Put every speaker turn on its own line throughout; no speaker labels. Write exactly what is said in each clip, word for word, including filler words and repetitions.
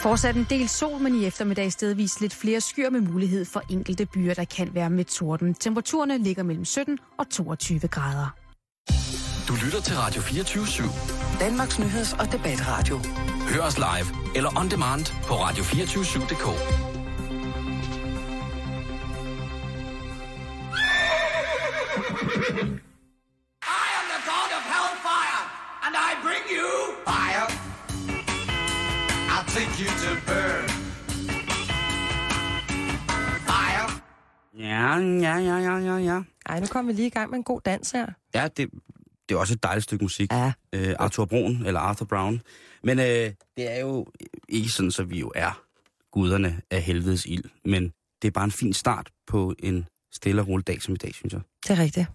Fortsat en del sol, men i eftermiddag stedvis lidt flere skyer med mulighed for enkelte byer, der kan være med torden. Temperaturerne ligger mellem sytten og toogtyve grader.
Du lytter til Radio fireogtyve syv.
Danmarks nyheds- og debatradio.
Hør os live eller on demand på radio to fire syv punktum d k.
I am the god of hellfire, and I bring you fire. I'll take you to burn. Fire.
Ja, ja, ja, ja, ja, ja.
Ej, nu kommer vi lige i gang med en god dans her.
Ja, det, det er også et dejligt stykke musik.
Ja.
Øh, Arthur Brown, eller Arthur Brown. Men øh, det er jo ikke sådan, så vi jo er guderne af helvedes ild. Men det er bare en fin start på en stille og rolig dag som i dag, synes jeg.
Det er rigtigt.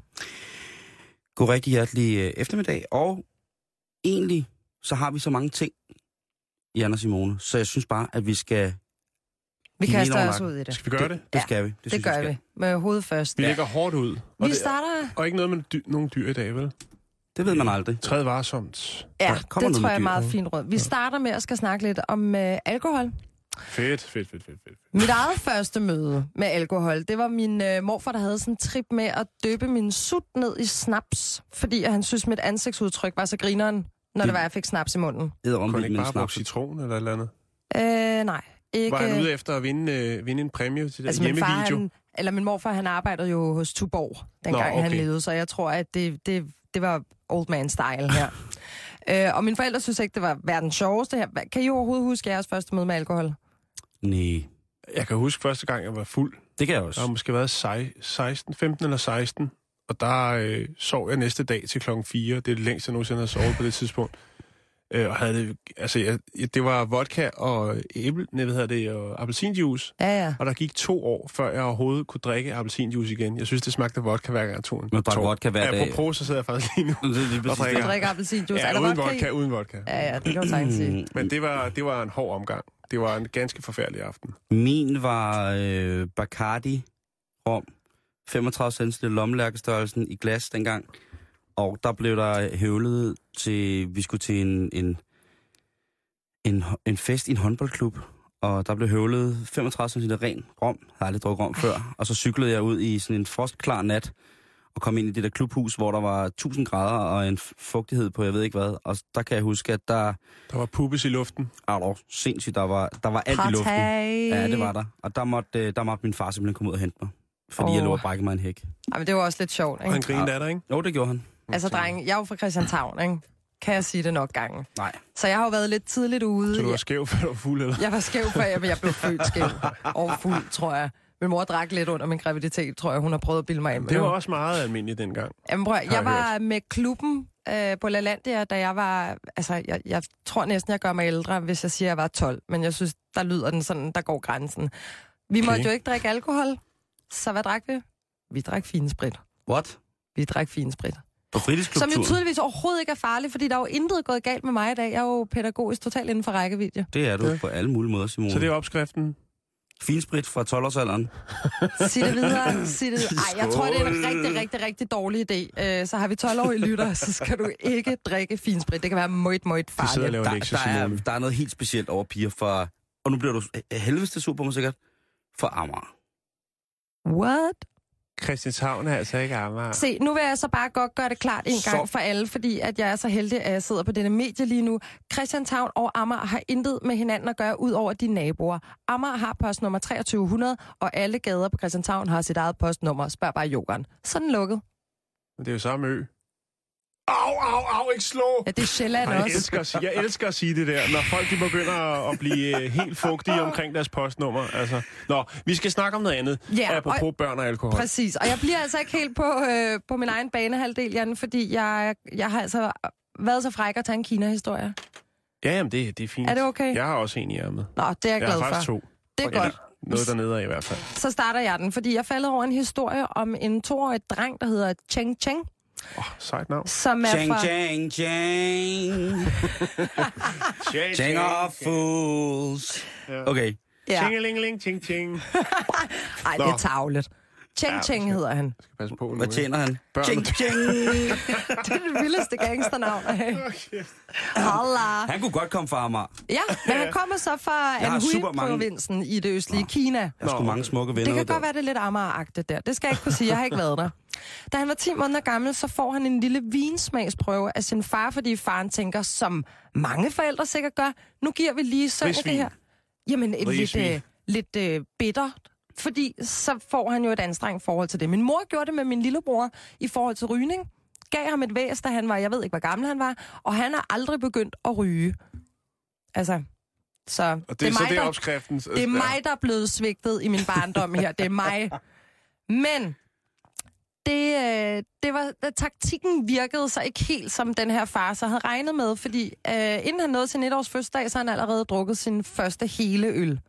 God rigtig hjertelig øh, eftermiddag. Og egentlig, så har vi så mange ting i Anders Simone. Så jeg synes bare, at vi skal...
Vi
Give
kaster
en
os
overnak.
ud i det.
Skal vi gøre det?
Det skal vi. Det,
Det
synes
gør
jeg,
vi.
skal.
Med hovedet først.
Vi lægger hårdt ud. Og
Vi
det-
starter...
Og ikke noget med dy- nogen dyr i dag, vel?
Det ved man aldrig.
Træd varsomt.
Ja,
Der
det
kommer noget
tror
med
jeg er
dyr.
meget fint råd. Vi starter med at skal snakke lidt om øh, alkohol.
Fedt, fedt, fedt, fedt, fedt.
Mit eget første møde med alkohol, det var min øh, morfar, der havde sådan en trip med at døbe min sut ned i snaps, fordi han synes, mit ansigtsudtryk var så grineren, når det,
Det-
det var, jeg fik snaps i munden.
Det er
Kunne
om
han ikke
med
bare bruge
snaps.
citron eller et eller andet?
Øh, nej. Ikke,
Var han ude efter at vinde, øh, vinde en præmie til den
altså min far,
hjemmevideo?
han, eller min morfar, han arbejdede jo hos Tuborg, dengang
Nå, okay.
han levede, så jeg tror, at det, det, det var old man style her. øh, og mine forældre synes ikke, det var verdens sjoveste her. Hva- Kan I overhovedet huske jeres første møde med alkohol?
Nej,
Jeg kan huske første gang, jeg var fuld.
det kan jeg
Der
også.
har måske været sej- seksten, femten eller seksten. Og der øh, sov jeg næste dag til klokken fire. Det er det længste, jeg nogensinde har sovet på det tidspunkt. Øh, og havde det, altså, jeg, det var vodka og æble, nej, hvad hedder det, og appelsinjuice.
Ja, ja.
Og der gik to år, før jeg overhovedet kunne drikke appelsinjuice igen. Jeg synes, det smagte vodka hver gang jeg tog en.
Man drak
tår.
vodka hver dag.
Apropos, så sidder jeg faktisk lige nu.
Det er lige
Og
præcis
drikker.
Du drikker appelsinjuice.
Ja,
Er der
uden
vodka i?
vodka, uden vodka.
Ja, ja, det kan du sagtens sige.
Mm,
Men det var, det var en hård omgang. Det var en ganske forfærdelig aften.
Min var øh, Bacardi rom, femogtredive centiliter lommelærkestørrelsen i glas dengang. Og der blev der høvlet til, vi skulle til en, en, en, en fest i en håndboldklub. Og der blev høvlet femogtredive centiliter ren rom. Jeg har aldrig drukket rom før. Og så cyklede jeg ud i sådan en frostklar nat og kom ind i det der klubhus, hvor der var tusind grader og en fugtighed på, jeg ved ikke hvad. Og der kan jeg huske, at der...
Der var pubis i luften.
Ah, dog, sindssygt, der var, der var alt i luften. Ja, det var der. Og der måtte, øh, der måtte min far simpelthen komme ud og hente mig. Fordi oh. jeg lå og brække mig en hæk.
Ej, men det var også lidt sjovt,
Og han
ikke?
grinede af dig, ikke?
Jo, det gjorde han.
Altså, dreng, jeg er jo fra Christianshavn, ikke? Kan jeg sige det nok gange?
Nej.
Så jeg har jo været lidt tidligt ude.
Så du var
Jeg,
skæv, før du var fuld, eller?
jeg var skæv, før jeg, jeg blev født skæv. Og fuld, tror jeg. Min mor drak lidt under min graviditet, tror jeg. Hun har prøvet at bilde mig ind.
Det var også meget almindeligt dengang.
Jamen, prøv,
har
jeg
jeg
var med klubben øh, på LaLandia, da jeg var... Altså, jeg, jeg tror næsten, jeg gør mig ældre, hvis jeg siger, at jeg var tolv. Men jeg synes, der lyder den sådan, der går grænsen. Vi
Okay.
måtte jo ikke drikke alkohol. Så hvad drak vi? Vi drak finsprit.
What?
Vi drak finsprit.
På
Som
fritidsklubturen?
jo tydeligvis overhovedet ikke er farligt, fordi der er jo intet gået galt med mig i dag. Jeg er jo pædagogisk totalt inden for rækkevidde.
Det er du
Ja.
på alle mulige måder, Simone.
Så det er opskriften.
Finsprit fra tolv-årsalderen.
Sig det videre. Sig det. Ej, jeg tror, det er en rigtig, rigtig, rigtig dårlig idé. Øh, Så har vi tolv-årige lytter, så skal du ikke drikke finsprit. Det kan være møjt, møjt
De sidder og
farligt.
laver
Der,
lektier,
der, er,
Simone.
der er noget helt specielt over piger fra... Og nu bliver du helveste sur på mig sikkert. For Amager.
What?
Christianshavn er altså ikke Amager.
Se, nu vil jeg så bare godt gøre det klart en gang
Så-
for alle, fordi at jeg er så heldig, at jeg sidder på denne medie lige nu. Christianshavn og Amager har intet med hinanden at gøre, ud over de naboer. Amager har postnummer treogtyve hundrede, og alle gader på Christianshavn har sit eget postnummer. Spørg bare Jokeren. Sådan lukket.
Men det er jo samme ø. Au, au, au, ikke slå!
Ja, det er Sjælland
Ej, jeg,
også.
elsker, at sige- jeg elsker at sige det der, når folk de begynder at blive øh, helt fugtige omkring deres postnummer. Altså, nå, vi skal snakke om noget andet,
Ja,
apropos
og-
børn og alkohol.
Præcis, og jeg bliver altså ikke helt på, øh, på min egen banehalvdel, Jan, fordi jeg, jeg har altså været så fræk at tage en Kina-historie.
Ja, jamen det, det er fint.
Er det okay?
Jeg har også en i ærmet.
Nå, det er jeg
Jeg
glad
har faktisk
for.
to.
Det er
Eller
godt.
noget dernede af i hvert fald.
Så starter jeg den, fordi jeg faldet over en historie om en toårig dreng, der hedder Cheng Cheng,
Åh, oh, sejt navn.
som er
Chang,
fra...
chang, chang. Chang of fools. Okay.
Ja.
Tjingelingeling, ting, ting.
Ej, det er tarveligt. Cheng
Ja,
Cheng
skal-
hedder han.
Jeg skal passe på nu.
Hvad tjener han?
Børn.
Ching, ching.
Det er det vildeste gangsternavn.
Okay.
Holla.
Han kunne godt komme fra Amager.
Ja, men han kommer så fra
har super mange-
Anhui-provinsen i det østlige Kina.
Jeg har sgu mange smukke venner
Det kan
ud der.
godt være, det er lidt Amager-agtigt der. Det skal jeg ikke kunne sige. Jeg har ikke været der. Da han var ti måneder gammel, så får han en lille vinsmagsprøve af sin far, fordi faren tænker, som mange forældre sikkert gør, nu giver vi lige sønnen det
Risvin.
her. Jamen, et lidt,
Risvin.
øh, lidt øh, bitter, fordi så får han jo et anstrengt forhold til det. Min mor gjorde det med min lillebror i forhold til rygning. Gav ham et væs, da han var, jeg ved ikke, hvor gammel han var, og han har aldrig begyndt at ryge. Altså, så
Og det,
det er
så
mig,
det er
der...
opskriften.
Det er mig, der er blevet svigtet i min barndom her. Det er mig. Men det, øh, det var, da taktikken virkede så ikke helt, som den her far så havde regnet med, fordi øh, inden han nåede sin et års fødselsdag, så har han allerede drukket sin første hele øl.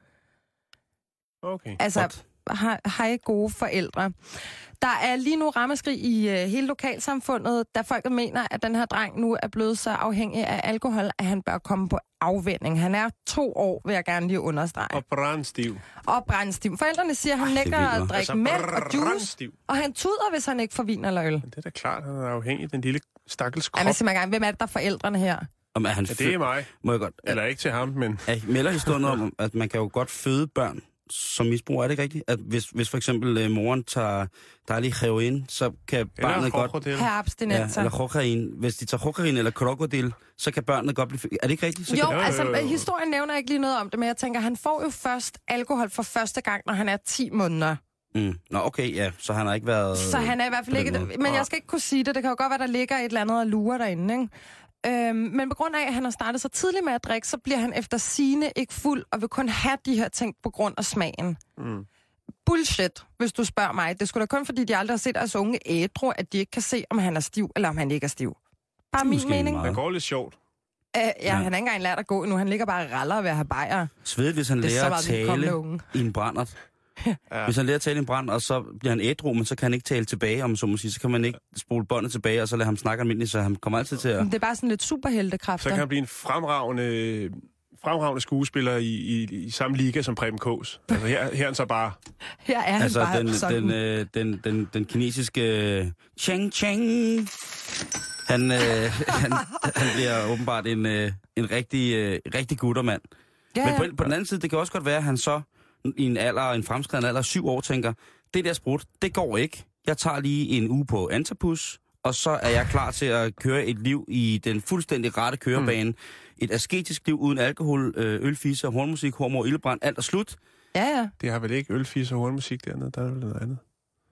Okay.
Altså, hej, hej gode forældre. Der er lige nu ramaskrig i øh, hele lokalsamfundet, da folk mener, at den her dreng nu er blevet så afhængig af alkohol, at han bør komme på afvænning. Han er to år, vil jeg gerne lige understrege.
Og brandstiv.
Og brændstiv. Forældrene siger, at han
Ej, det er
nægter
vildt,
at
hva'?
drikke
Altså,
mælk og juice,
brandstiv.
og han tuder, hvis han ikke får vin eller øl.
Det er da klart, han er afhængig af den lille stakkels krop.
Ej, men sig mig engang, hvem er det, der er forældrene her?
Om, er han
Ja, det er mig.
Må jeg godt...
Eller ikke til ham, men...
Jeg melder historien om, at man kan jo godt føde børn som misbruger, er det ikke rigtigt? At hvis, hvis for eksempel øh, moren tager dejlig heroin, så kan barnet
Eller
godt...
krokodil.
Her
Ja,
abstinenser.
eller kokain. Hvis de tager kokain eller krokodil, så kan børnene godt blive... født. Er det ikke rigtigt? Så
Jo,
kan...
jo,
altså,
jo, jo.
historien nævner ikke lige noget om det, men jeg tænker, han får jo først alkohol for første gang, når han er ti måneder.
Mm. Nå, okay, ja. Så han har ikke været...
Så han er i hvert fald
på den
ikke...
måde.
Men jeg skal ikke kunne sige det. Det kan jo godt være, der ligger et eller andet og lurer derinde, ikke? Øhm, men på grund af, at han har startet så tidligt med at drikke, så bliver han efter sigende ikke fuld, og vil kun have de her ting på grund af smagen.
Mm.
Bullshit, hvis du spørger mig. Det skulle da kun, fordi de aldrig har set deres unge ædru, at de ikke kan se, om han er stiv, eller om han ikke er stiv. Bare min
Måske
mening.
meget.
Det går lidt sjovt.
Uh, ja,
Ja.
han har ikke engang lært at gå endnu. Han ligger bare og raller ved at have bajer.
Svedigt, hvis han
Det er så
lærer at
meget velkomne
tale
unge.
i en brændert.
Ja.
Hvis han lærer at tale i en brænd, og så bliver han ædru, men så kan han ikke tale tilbage, om så må sige. Så kan man ikke spole båndet tilbage, og så lade ham snakke almindeligt, så han kommer altid til at...
Det er bare sådan lidt superheltekræfter.
Så kan han blive en fremragende, fremragende skuespiller i, i, i samme liga som Preben Kås. Altså her, her er han så bare...
Her er han
Altså,
bare
den,
sådan.
den, øh, den, den, den kinesiske øh, Cheng Cheng, han, øh, han, han bliver åbenbart en, øh, en rigtig, øh, rigtig guttermand.
ja,
Men
ja.
på, på den anden side, det kan også godt være, at han så i en alder, en fremskreden alder, syv år, tænker, det der sprut, det går ikke. Jeg tager lige en uge på Antapus, og så er jeg klar til at køre et liv i den fuldstændig rette kørebane. Mm. Et asketisk liv uden alkohol, øh, ølfisse, hornmusik, hormor, ildebrand, alt er slut.
Ja, ja.
Det har vel ikke ølfis og hornmusik dernede, der er vel noget andet.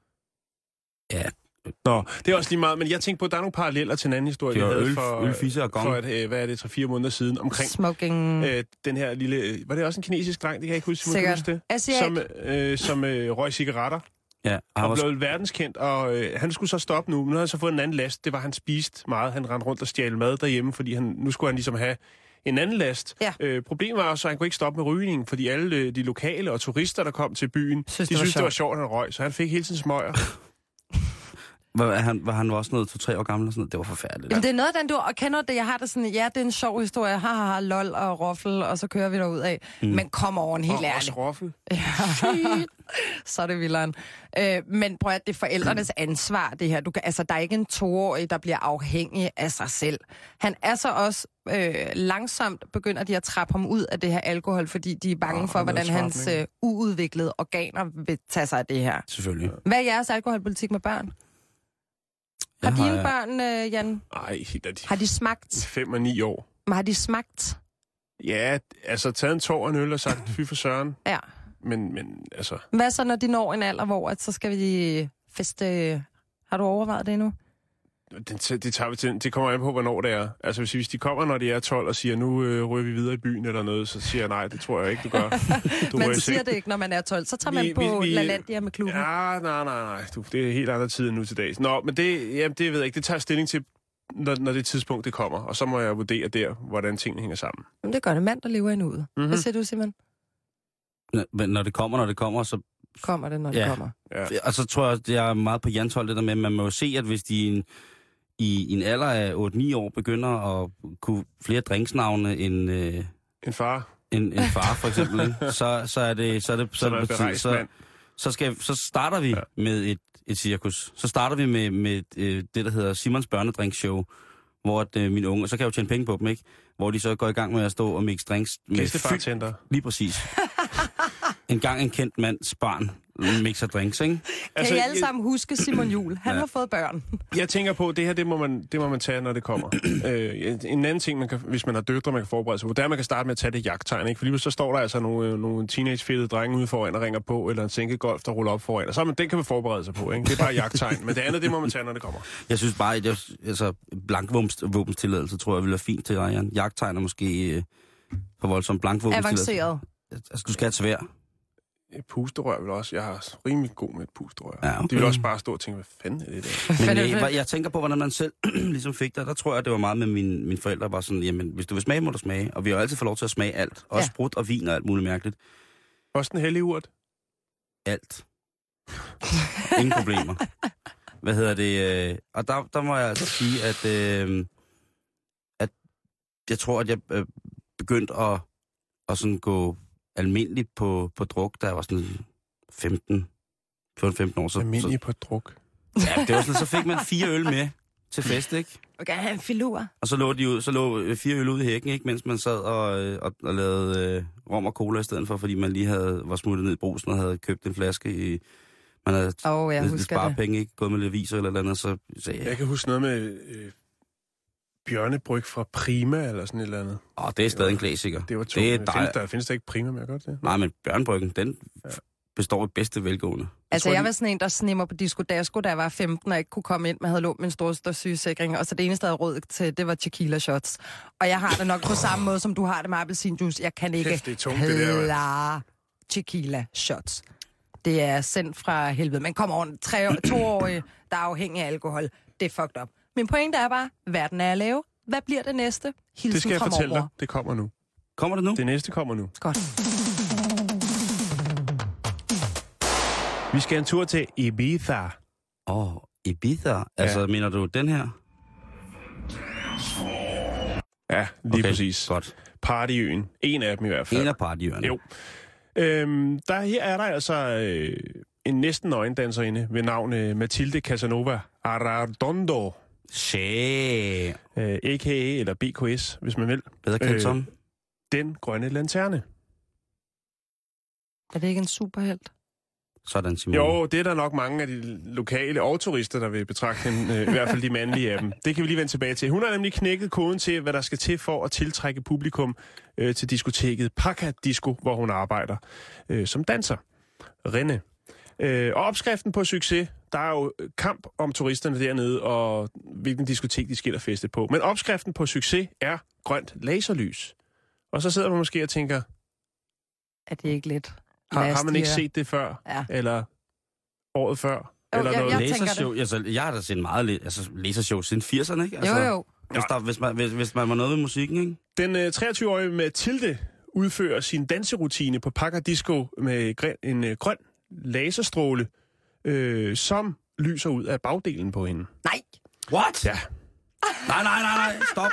Ja,
Nå, det er også lige meget, men jeg tænkte på, at der er nogle paralleller til en anden historie,
det
vi
var
havde
øl,
for,
ølfisse og gong.
for at, øh, hvad er det, tre-fire måneder siden, omkring
Smoking.
øh, den her lille... Øh, var det også en kinesisk dreng, det kan jeg ikke huske, Simon, kan du
Sikkert.
huske det?
Asiat.
Som, øh, som øh, røg cigaretter.
Ja, og han
Han
var,
blev verdenskendt, og øh, han skulle så stoppe nu. Men nu har han så fået en anden last. Det var, han spiste meget. Han rendte rundt og stjal mad derhjemme, fordi han, nu skulle han ligesom have en anden last.
Ja.
Øh, problemet var også, at han kunne ikke stoppe med rygningen, fordi alle øh, de lokale og turister, der kom til byen,
Synes,
de
det var
synes, det var
sjovt.
sjovt, at han røg. Så han fik hele tiden smøger.
var, han, var han også noget to-tre år gammel og sådan noget? Det var forfærdeligt.
Jamen, det er noget af den, du og kender det. Jeg har det sådan, ja, det er en sjov historie. Ha, ha, ha, lol og roffel, og så kører vi derud af. Mm. Men kom over en helt
Og
ærlig.
også roffel.
Ja. Så er det vilderen. Øh, men prøv at det er forældrenes ansvar, det her. Du kan, altså, der er ikke en toårig, der bliver afhængig af sig selv. Han er så også øh, langsomt begynder de at trappe ham ud af det her alkohol, fordi de er bange
Åh,
for,
noget
hvordan hans
trapning.
øh, uudviklede organer vil tage sig af det her.
Selvfølgelig.
Hvad er jeres alkoholpolitik med børn?
Jeg
Har
har,
dine
øh,
børn, øh, Jan,
Ej, helt er de
har de smagt?
fem og ni år.
Men har de smagt?
Ja, altså taget en tår og en øl og sagt, fy for søren.
Ja.
Men, men altså,
Hvad så, når de når en alder, hvor at så skal vi feste? Har du overvejet det endnu?
det, det, tager vi til, det kommer an på, hvornår det er. Altså hvis, hvis de kommer, når de er tolv og siger, nu øh, ryger vi videre i byen eller noget, så siger jeg, nej, det tror jeg ikke, du gør. Du
Man
ryger i
siger
seng.
det ikke, når man er tolv. Så tager man
Vi-
på
vi- vi-
LaLandia med klubben.
Ja, nej, nej, nej. Du, det er helt andre tid end nu til dags. Nå, men det, jamen, det ved jeg ikke. Det tager jeg stilling til, når, når det tidspunkt det kommer. Og så må jeg vurdere der, hvordan tingene hænger sammen.
Men det gør det. Mand, der lever i nuet.
Mhm.
Hvad siger du, Simon?
Men når det kommer, når det kommer, så...
Kommer det, når det
Ja.
kommer?
Ja.
Og så tror jeg, at jeg er meget på Jans hold, det der med, at man må jo se, at hvis de i en, i en alder af otte ni år begynder at kunne flere drinksnavne end, øh,
En far,
en, en far, for eksempel, ikke? Så, så er det... Så er det, så
som
er
er
det
en
på tide,
berejst
så,
mand.
så, skal, så starter vi ja. med et, et cirkus. Så starter vi med, med øh, det, der hedder Simons børnedrinkshow, hvor at, øh, mine unge, så kan jeg jo tjene penge på dem, ikke? Hvor de så går i gang med at stå og mixe drinks.
Gæstebartender.
Lige præcis. En gang en kendt mands barn mixer drinks, ikke?
Kan
altså,
I alle sammen huske Simon Juhl? Han ja. har fået børn.
Jeg tænker på, det her, det må man, det må man tage, når det kommer. øh, en anden ting, man kan, hvis man har døtre, man kan forberede sig på, det er, at man kan starte med at tage det jagttegn, ikke? For lige så står der altså nogle, nogle teenage-fedede drenge ude foran og ringer på, eller en sænkegolf, der ruller op foran, og så man, den kan man forberede sig på, ikke? Det er bare jagttegn, men det andet, det må man tage, når det kommer.
Jeg synes bare, at jeg, altså, blankvåbenstilladelse tror jeg vil være fint til Ejeren. Jagttegn er måske øh, for voldsomt blankvåbenstilladelse.
Avanceret.
Altså, du skal have et svær.
Et pusterør vil også. Jeg har rimelig god med et pusterør.
Ja, okay.
De vil også bare stå og tænke, hvad fanden er det der?
Men jeg, jeg, jeg tænker på, hvordan man selv ligesom fik det. Der tror jeg, det var meget med mine, mine forældre. Var sådan, jamen, hvis du vil smage, må du smage. Og vi har jo altid fået lov til at smage alt. Også ja. Sprut og vin og alt muligt mærkeligt.
Også den hellige urt?
Alt. Ingen problemer. Hvad hedder det? Øh, og der, der må jeg altså sige, at, øh, at jeg tror, at jeg øh, begyndte at, at sådan gå almindeligt på, på druk, da jeg var sådan femten, fjorten femten år. Så,
almindeligt på druk?
Ja, det var sådan, så fik man fire øl med til fest, ikke?
Okay, have en filur.
Og så lå, de ud, så lå fire øl ud i hækken, ikke? Mens man sad og, og, og lavede øh, rom og cola i stedet for, fordi man lige havde, var smuttet ned i brusen og havde købt en flaske i... Man havde
oh, jeg lidt
sparepenge, ikke? Gået med lidt aviser eller andet, så sagde jeg...
Jeg kan huske noget med øh, bjørnebryg fra Prima eller sådan et eller andet.
Åh, det er stadig en klassiker.
Det var to. Det findes, der, findes der ikke Prima mere godt, det?
Nej, men bjørnebryggen, den ja. består i bedste velgående.
Altså,
jeg,
jeg var sådan en, der snimmer på Disco Dasko, da jeg var femten, og ikke kunne komme ind. Man havde lånt min store sygesikring, og så det eneste, jeg havde råd til, det var tequila shots. Og jeg har det nok på samme måde, som du har det med appelsinjuice. Jeg kan ikke
Kæft, tungt,
klare tequila shots. Det er sendt fra helvede. Men kom on, tre, toårige, der er afhængig af alkohol. Det er fucked up. Min pointe er bare, verden er at lave. Hvad bliver det næste? Hilsen
det skal jeg
fra
fortælle
mormor.
dig. Det kommer nu.
Kommer det nu?
Det næste kommer nu.
Godt.
Vi skal en tur til Ibiza.
Åh, oh, Ibiza? Altså, ja. Mener du den her?
Ja, lige
okay,
præcis.
Godt.
Partyøen. En af dem i hvert fald.
En af partyøerne.
Jo. Øhm, der, her er der altså øh, en næsten nøgendanserinde ved navn øh, Mathilde Casanova Arradondo.
Shit.
Øh, A K A eller B K S, hvis man vil.
Bedre kendt som?
Den grønne lanterne.
Er det ikke en superhelt?
Sådan, Simon.
Jo, det er der nok mange af de lokale og turister, der vil betragte hende, øh, i hvert fald de mandlige af dem. Det kan vi lige vende tilbage til. Hun har nemlig knækket koden til, hvad der skal til for at tiltrække publikum øh, til diskoteket Paca Disco, hvor hun arbejder øh, som danser. Rene. Øh, og opskriften på succes, der er jo kamp om turisterne dernede, og hvilken diskotek de skiller feste på. Men opskriften på succes er grønt laserlys. Og så sidder man måske og tænker...
Er det ikke lidt...
Har, har man ikke set det før?
Ja.
Eller året før?
Jo,
eller
jeg,
noget?
jeg
Lasershow, altså, jeg har da set meget altså, lasershow siden firserne, ikke? Altså,
jo, jo.
Hvis, der, hvis, man, hvis, hvis man var noget ved musikken, ikke?
Den øh, treogtyve-årige Mathilde udfører sin danserutine på Paca Disco med græn, en øh, grøn laserstråle, øh, som lyser ud af bagdelen på hende.
Nej!
What?
Ja.
Nej, nej, nej, nej, stop.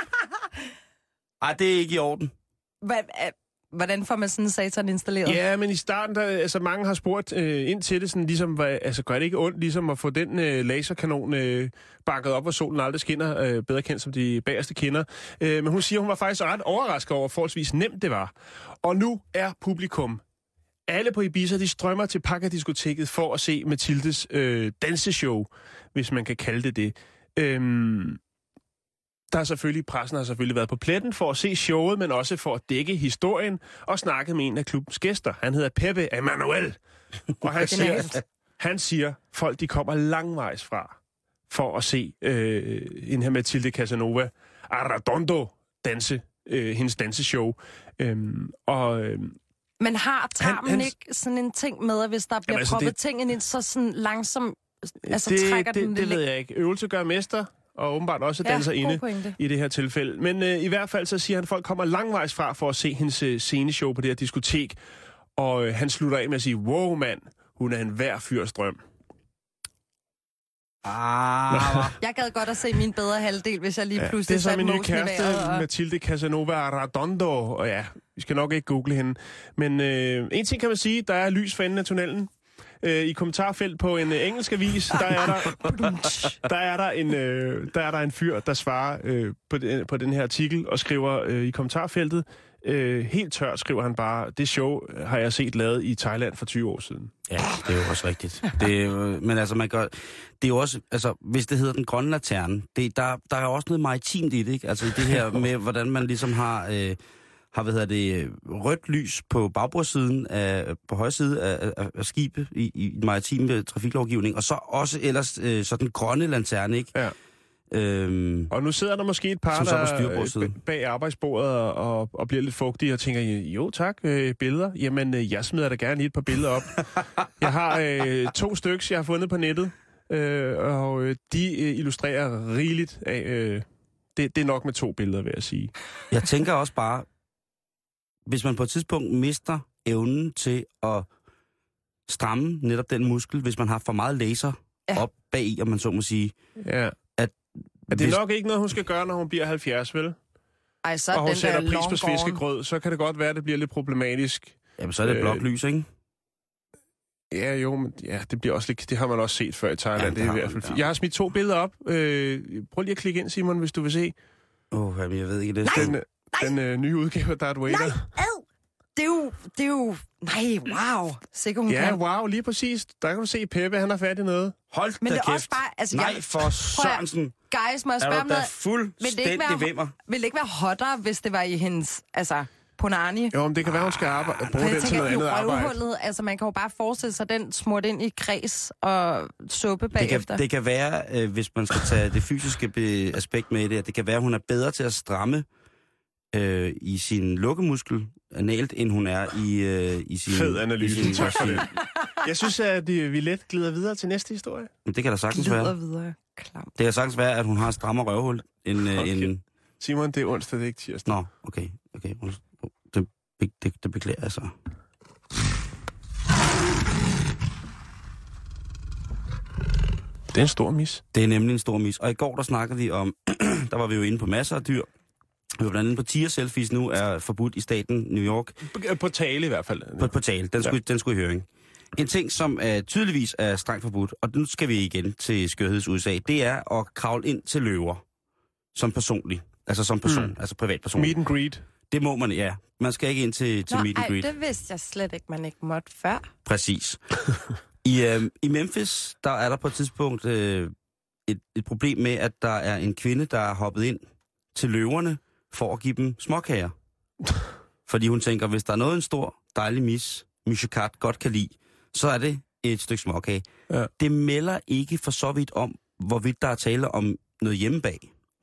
Ej, det er ikke i orden.
Hvad... Hvordan får man sådan en satan installeret?
Ja, men i starten, der, altså mange har spurgt øh, ind til det, sådan ligesom, hvad, altså gør det ikke ondt, ligesom at få den øh, laserkanon øh, bakket op, hvor solen aldrig skinner, øh, bedre kendt som de bagerste kinder. Øh, men hun siger, hun var faktisk ret overrasket over, hvor forholdsvis nemt det var. Og nu er publikum, alle på Ibiza, de strømmer til Paca-diskoteket for at se Mathildes øh, danseshow, hvis man kan kalde det det. Øhm, Der er selvfølgelig, pressen har selvfølgelig været på pletten for at se showet, men også for at dække historien og snakke med en af klubbens gæster. Han hedder Pepe Emanuel, og han siger, han siger, folk de kommer langvejs fra for at se øh, en her Mathilde Casanova Arradondo danse, øh, hendes danseshow. Øhm, og, øh,
men har tarmen
han,
ikke sådan en ting med, at hvis der bliver
altså
proppet
det,
ting ind, så sådan langsomt altså
det,
trækker
det,
den
det,
lidt?
det ved jeg ikke. Øvelse gør mester. Og åbenbart også
ja,
danser inde
pointe.
i det her tilfælde. Men øh, i hvert fald så siger han, at folk kommer langvejs fra for at se hendes øh, sceneshow på det her diskotek. Og øh, han slutter af med at sige, wow mand, hun er en hver fyrsdrøm.
Ah.
Jeg gad godt at se min bedre halvdel, hvis jeg lige
ja,
pludselig
satte
satte
min nye
mosen i
kæreste,
vejret. Og...
Mathilde Casanova Arradondo. Og ja, vi skal nok ikke google hende. Men øh, en ting kan man sige, der er lys for enden af tunnelen. Øh, I kommentarfelt på en øh, engelsk avis, der er der, der, er der, en, øh, der er der en fyr, der svarer øh, på, den, på den her artikel og skriver øh, i kommentarfeltet, øh, helt tørt skriver han bare, det show har jeg set lavet i Thailand for tyve år siden.
Ja, det er jo også rigtigt. Det er, jo- men altså, man gør, det er jo også, altså, hvis det hedder den grønne laterne, det, der, der er jo også noget maritimt i det, ikke? Altså det her med, hvordan man ligesom har, øh, har hvad hedder det, rødt lys på bagbordssiden, af, på højre side af, af, af skibet i, i den maritime trafiklovgivning, og så også ellers øh, så den grønne lanterne, ikke?
Ja.
Øhm,
Og nu sidder der måske et par,
Som så på
der
styrbordssiden.
øh, bag arbejdsbordet og, og bliver lidt fugtige og tænker, jo tak, øh, billeder. Jamen, øh, jeg smider da gerne lige et par billeder op. Jeg har øh, to stykker, jeg har fundet på nettet, øh, og øh, de øh, illustrerer rigeligt af... Øh, det, det er nok med to billeder, vil jeg sige.
Jeg tænker også bare, hvis man på et tidspunkt mister evnen til at stramme netop den muskel, hvis man har for meget laser
Ja.
ja. op bag i, om man så må sige.
Ja.
At
Men det er
hvis-
nok ikke noget, hun skal gøre, når hun bliver halvfjerds, vel?
Ej, så er
Og hun
den
sætter
der
pris
long
på
gone.
fiskegrød, så kan det godt være, at det bliver lidt problematisk.
Jamen, så er det
Øh,
blåt lys, ikke?
Ja, jo, men ja, det bliver også lidt, det har man også set før i Thailand.
Ja,
Ja,
det
det er i
har
hvert
man,
fald
ja.
fint. Jeg har smidt to billeder op. Øh, prøv lige at klikke ind, Simon, hvis du vil se.
Åh, oh, jeg ved ikke det.
Den, den øh, nye udgave af Darth Vader.
Nej, ad! Det er jo... Det er jo... Nej, wow. Sikker hun
Ja,
kan.
wow, lige præcis. Der kan du se, Peppe, han har fat i noget.
Hold
Men
da
det er
kæft.
også bare... Altså,
Nej,
jeg,
for Sørensen.
guys, må jeg
Er
spørge om
du da
noget? Vil det, ikke
fuldstændig ved mig?
være, vil det ikke være hottere, hvis det var i hendes... Altså, Punani?
Jo, men det kan være, hun skal arbejde, bruge
For jeg
den til
tænker,
noget
i
andet arbejde.
røvhullet, altså man kan jo bare forestille sig den smurt ind i kreds og suppe
Det
bagefter.
kan, det kan være, øh, hvis man skal tage det fysiske be- aspekt med i det, at det kan være, at hun er bedre til at stramme øh, i sin lukkemuskel analt, end hun er i, øh, i sin...
Fed analyse.
i sin-
Tak for det. Jeg synes, at vi let glider videre til næste historie.
Men det kan da sagtens
Glider
være.
videre. Klam.
Det kan sagtens være, at hun har et strammere røvhul end... Øh,
Okay.
end
Simon, det er onsdag, det er ikke tirsdag.
Nå, okay. okay. Det, det, det, det beklager jeg så.
Det er en stor mis.
Det er nemlig en stor mis. Og i går, der snakkede vi om... der var vi jo inde på masser af dyr. Vi var blandt andet på tiger-selfies nu er forbudt i staten New York.
På tale i hvert fald.
På, på tale. Den skulle, ja. den skulle i høring. En ting, som er tydeligvis er strengt forbudt, og nu skal vi igen til skørheds U S A, det er at kravle ind til løver. Som personlig. Altså som person. Mm. Altså privatperson.
Meet and greet.
Det må man, ja. Man skal ikke ind til, til
Nå,
meet and
ej,
greet.
det vidste jeg slet ikke, man ikke måtte før.
Præcis. I, øh, I Memphis, der er der på et tidspunkt øh, et, et problem med, at der er en kvinde, der er hoppet ind til løverne for at give dem småkager. Fordi hun tænker, hvis der er noget, en stor, dejlig mis, Mishikat, godt kan lide, så er det et stykke småkage.
Ja.
Det melder ikke for så vidt om, hvorvidt der er tale om noget hjemmebag.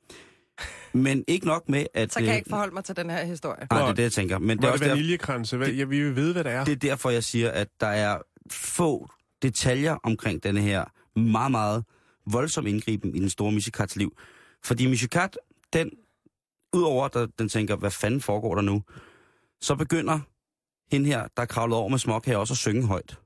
Men ikke nok med, at...
Så kan jeg
øh,
ikke forholde mig til den her historie.
Nej, det er det, jeg tænker. Men det
Var
er
det
også der,
vaniljekranse? Hvad- Ja, vi vil vide, hvad det er.
det er derfor, jeg siger, at der er få detaljer omkring denne her meget, meget voldsom indgriben i den store Mishikats liv. Fordi Mishikat, den, udover at den tænker, hvad fanden foregår der nu, så begynder hende her, der er kravlet over med småkager, også at synge højt.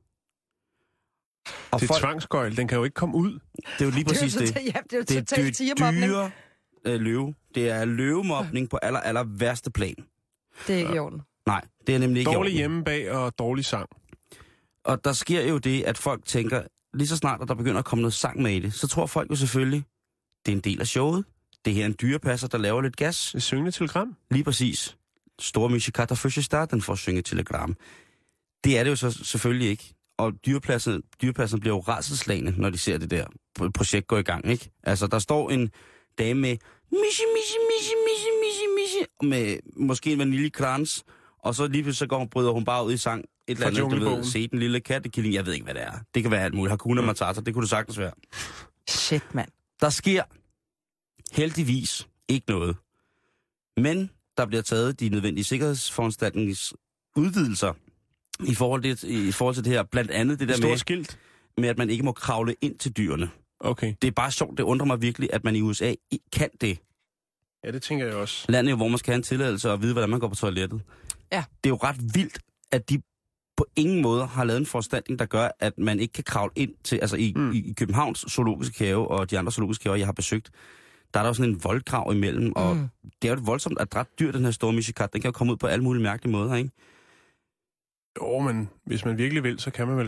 Og
Det er
folk,
tvangsgøjl. Den kan jo ikke komme ud.
det er jo lige præcis
det.
det.
Er jo, ja, det er jo
Det er
totalt tigermobning.
dyre øh, løve. Det er løvemobning på aller, aller værste plan.
Det er ikke i orden.
Nej, det er nemlig ikke i
Dårlig
orden.
hjemmebag og dårlig sang.
Og der sker jo det, at folk tænker, lige så snart, at der begynder at komme noget sang med i det, så tror folk jo selvfølgelig, det er en del af showet. Det her er en dyrepasser, der laver lidt gas.
Det syngende telegram.
Lige præcis. Store Mishikat, der første start, den får synge telegram. Det er det jo så selvfølgelig ikke. Og dyrepasserne, dyrepasserne bliver jo rædselsslagne, når de ser det der projekt gå i gang, ikke? Altså, der står en dame med mishi, mishi, mishi, mishi, mishi, mishi, med måske en vaniljekrans, og så lige pludselig så går hun, bryder hun bare ud i sang. Et eller
Fra
andet, du ved,
Junglebogen.
se den lille kattekilling, jeg ved ikke, hvad det er. Det kan være alt muligt. Hakuna Matata, det kunne det sagtens være.
Shit, mand.
Der sker heldigvis ikke noget. Men der bliver taget de nødvendige sikkerhedsforanstaltningsudvidelser i forhold, til, i forhold til det her. Blandt andet det
Det
der
store
med,
skilt.
med, at man ikke må kravle ind til dyrene.
Okay.
Det er bare sjovt. Det undrer mig virkelig, at man i U S A ikke kan det.
Ja, det tænker jeg også.
Landet, hvor man skal have en tilladelse og vide, hvordan man går på toilettet.
Ja.
Det er jo ret vildt, at de på ingen måde har lavet en foranstaltning, der gør, at man ikke kan kravle ind til, altså i, mm. i, i Københavns zoologiske have og de andre zoologiske haver, jeg har besøgt, der er der jo sådan en voldgrav imellem, og
Mm.
det er jo et voldsomt at dræt dyr, den her store Mishikat. Den kan jo komme ud på alle mulige mærkelige måder, ikke?
Jo, men hvis man virkelig vil, så kan man vel godt.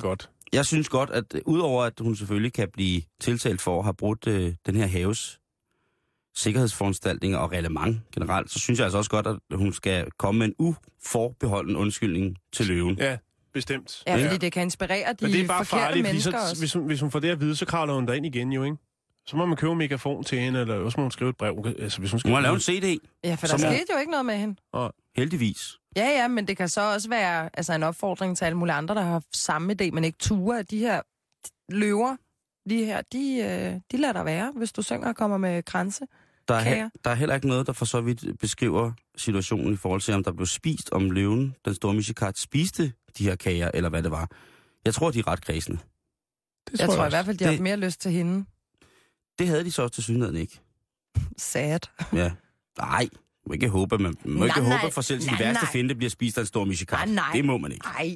Jeg synes godt, at øh, udover at hun selvfølgelig kan blive tiltalt for at have brudt øh, den her haves sikkerhedsforanstaltninger og reglement generelt, så synes jeg altså også godt, at hun skal komme med en uforbeholden undskyldning til løven.
Ja, bestemt.
Ja, fordi det kan inspirere de
Men det er bare
forkerte
farligt,
mennesker
så,
også.
hvis, hun, hvis hun får det at vide, så kravler hun derind igen jo, ikke? Så må man købe en megafon til hende, eller også må hun skrive et brev. Altså, hvis hun,
Hun
skriver
har lavet en C D.
Ja, for der
Som er-
skete jo ikke noget med hende.
Heldigvis.
Ja, ja, men det kan så også være altså en opfordring til alle mulige andre, der har samme idé, men ikke ture, at de her løver, de her, de, øh, de lader der være, hvis du synger og kommer med kranse.
Der er,
Kager.
he- der er heller ikke noget, der for så vidt beskriver situationen i forhold til, om der blev spist, om løven, den store missekat, spiste de her kager, eller hvad det var. Jeg tror, de er ret kredsende.
Det
Jeg tror i
også.
hvert fald, de har
Det-
haft mere lyst til hende.
Det havde de så også til synligheden ikke.
Sad.
Ja. Nej, må ikke håbe, man må
Nej,
ikke
nej.
håbe, for selv sin
Nej,
værste
nej.
fjende bliver spist af en stor missekat.
Nej, nej.
Det må man ikke.
Ej.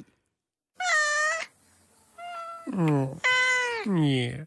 Yeah.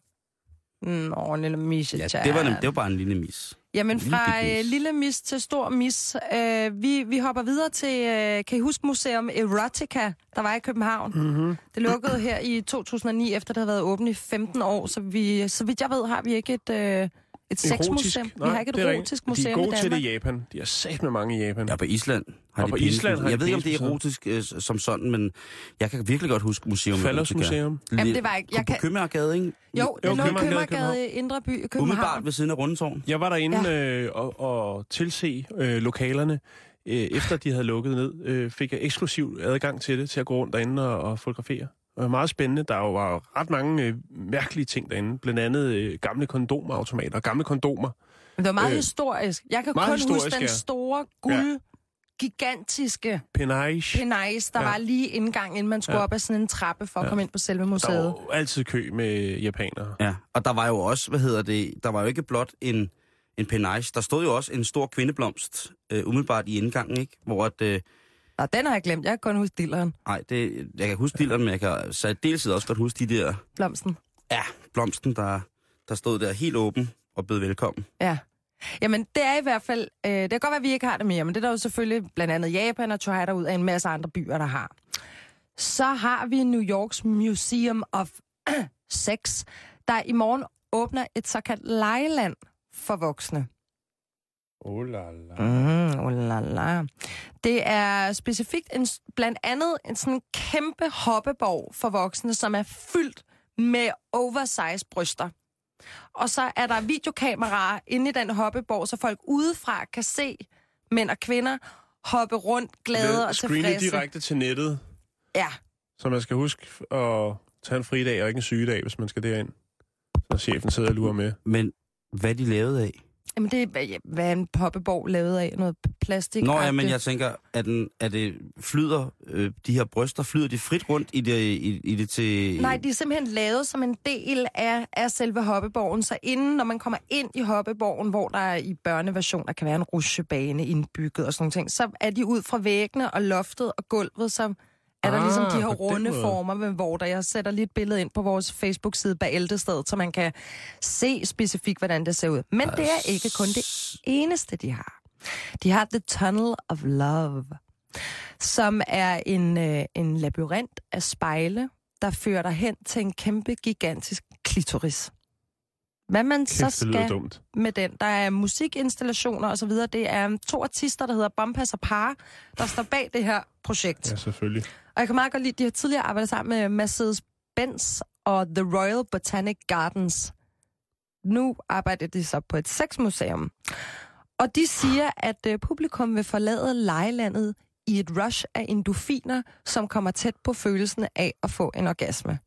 Nå, en lille misse.
Ja, det var, nem- det var bare en lille mis.
Jamen
Lille
fra
bit mis.
øh, lille mis til stor mis. Øh, vi, vi hopper videre til, øh, kan I huske Museum Erotica, der var i København?
Mm-hmm.
Det lukkede her i to tusind og ni, efter det havde været åbent i femten år, så vi, så vidt jeg ved, har vi ikke et, øh, et sexmuseum. Vi har ikke et erotisk
De
museum
er
i
gode til
Danmark.
det i Japan. De har sat med mange i Japan.
Ja, på Island har
Og
de
på
penis-
Island har
Jeg
de
ved ikke, om det er
penismuseum.
erotisk øh, som sådan, men jeg kan virkelig godt huske museum.
Fallos Museum.
Jamen, det var ikke- jeg
På
kan-
Købmagergade, ikke?
Jo, det
Jo,
lå i
Købmagergade i
Købmagergade i Indre By i
Umiddelbart
København.
ved siden af Rundetårn.
Jeg var derinde øh, og, og tilse øh, lokalerne. Øh, efter de havde lukket ned, øh, fik jeg eksklusiv adgang til det, til at gå rundt derinde og, og fotografere. Det var meget spændende. Der var jo ret mange øh, mærkelige ting derinde. Blandt andet øh, gamle kondomautomater, gamle kondomer.
Men det var meget
Øh,
historisk. Jeg kan
meget
kun
historisk,
huske den
ja.
store, guld, gigantiske
Penage.
penajs, der
Ja.
var lige indgang, inden man skulle
Ja.
op ad sådan en trappe for at
Ja.
komme ind på selve
Der
museet.
var jo altid kø med japanere.
Ja, og der var jo også, hvad hedder det, der var jo ikke blot en, en penage, der stod jo også en stor kvindeblomst øh, umiddelbart i indgangen, ikke? Hvor at, øh,
Nå, den har jeg glemt. Jeg kan kun huske dilleren.
nej, det, jeg kan huske dilleren, men jeg kan særdeles også godt huske de der,
Blomsten.
ja, blomsten, der, der stod der helt åben og bød velkommen.
Ja. Jamen, det er i hvert fald... Øh, det kan godt være, at vi ikke har det mere, men det er der jo selvfølgelig blandt andet Japan og Tokyo ud af en masse andre byer, der har. Så har vi New Yorks Museum of Sex, der i morgen åbner et såkaldt legeland for voksne.
Oh la la.
Mm, oh la la. Det er specifikt en, blandt andet en sådan kæmpe hoppeborg for voksne, som er fyldt med oversize bryster. Og så er der videokameraer inde i den hoppeborg, så folk udefra kan se mænd og kvinder hoppe rundt, glade og
Screene
tilfredse.
direkte til nettet,
Ja,
så man skal huske at tage en fridag og ikke en sygedag, hvis man skal derind. Så chefen sidder og lurer med.
Men hvad er de lavet af?
jamen det er, hvad er en hoppeborg lavet af? Noget plastik?
Nå ja, men jeg tænker, at, den, at det flyder, øh, de her bryster, flyder de frit rundt i det, i, i det til...
Nej, de er simpelthen lavet som en del af, af selve hoppeborgen. Så inden, når man kommer ind i hoppeborgen, hvor der i børneversion, der kan være en rutsjebane indbygget og sådan nogle ting, så er de ud fra væggene og loftet og gulvet, så er der
Ah,
ligesom de her
på den
runde
måde.
former, med, hvor der jeg sætter lige et billede ind på vores Facebook-side bag Ældestedet, så man kan se specifikt, hvordan det ser ud. Men det er ikke kun det eneste, de har. De har The Tunnel of Love, som er en, øh, en labyrint af spejle, der fører dig hen til en kæmpe, gigantisk klitoris. Hvad man så
Kæft, det lyder
skal
dumt.
med den, der er musikinstallationer osv., det er to artister, der hedder Bompas og Par, der står bag det her projekt.
Ja, selvfølgelig.
Og jeg kan meget godt lide, de har tidligere arbejdet sammen med Mercedes-Benz og The Royal Botanic Gardens. Nu arbejder de så på et sexmuseum. Og de siger, at uh, publikum vil forlade lejelandet i et rush af endorfiner, som kommer tæt på følelsen af at få en orgasme.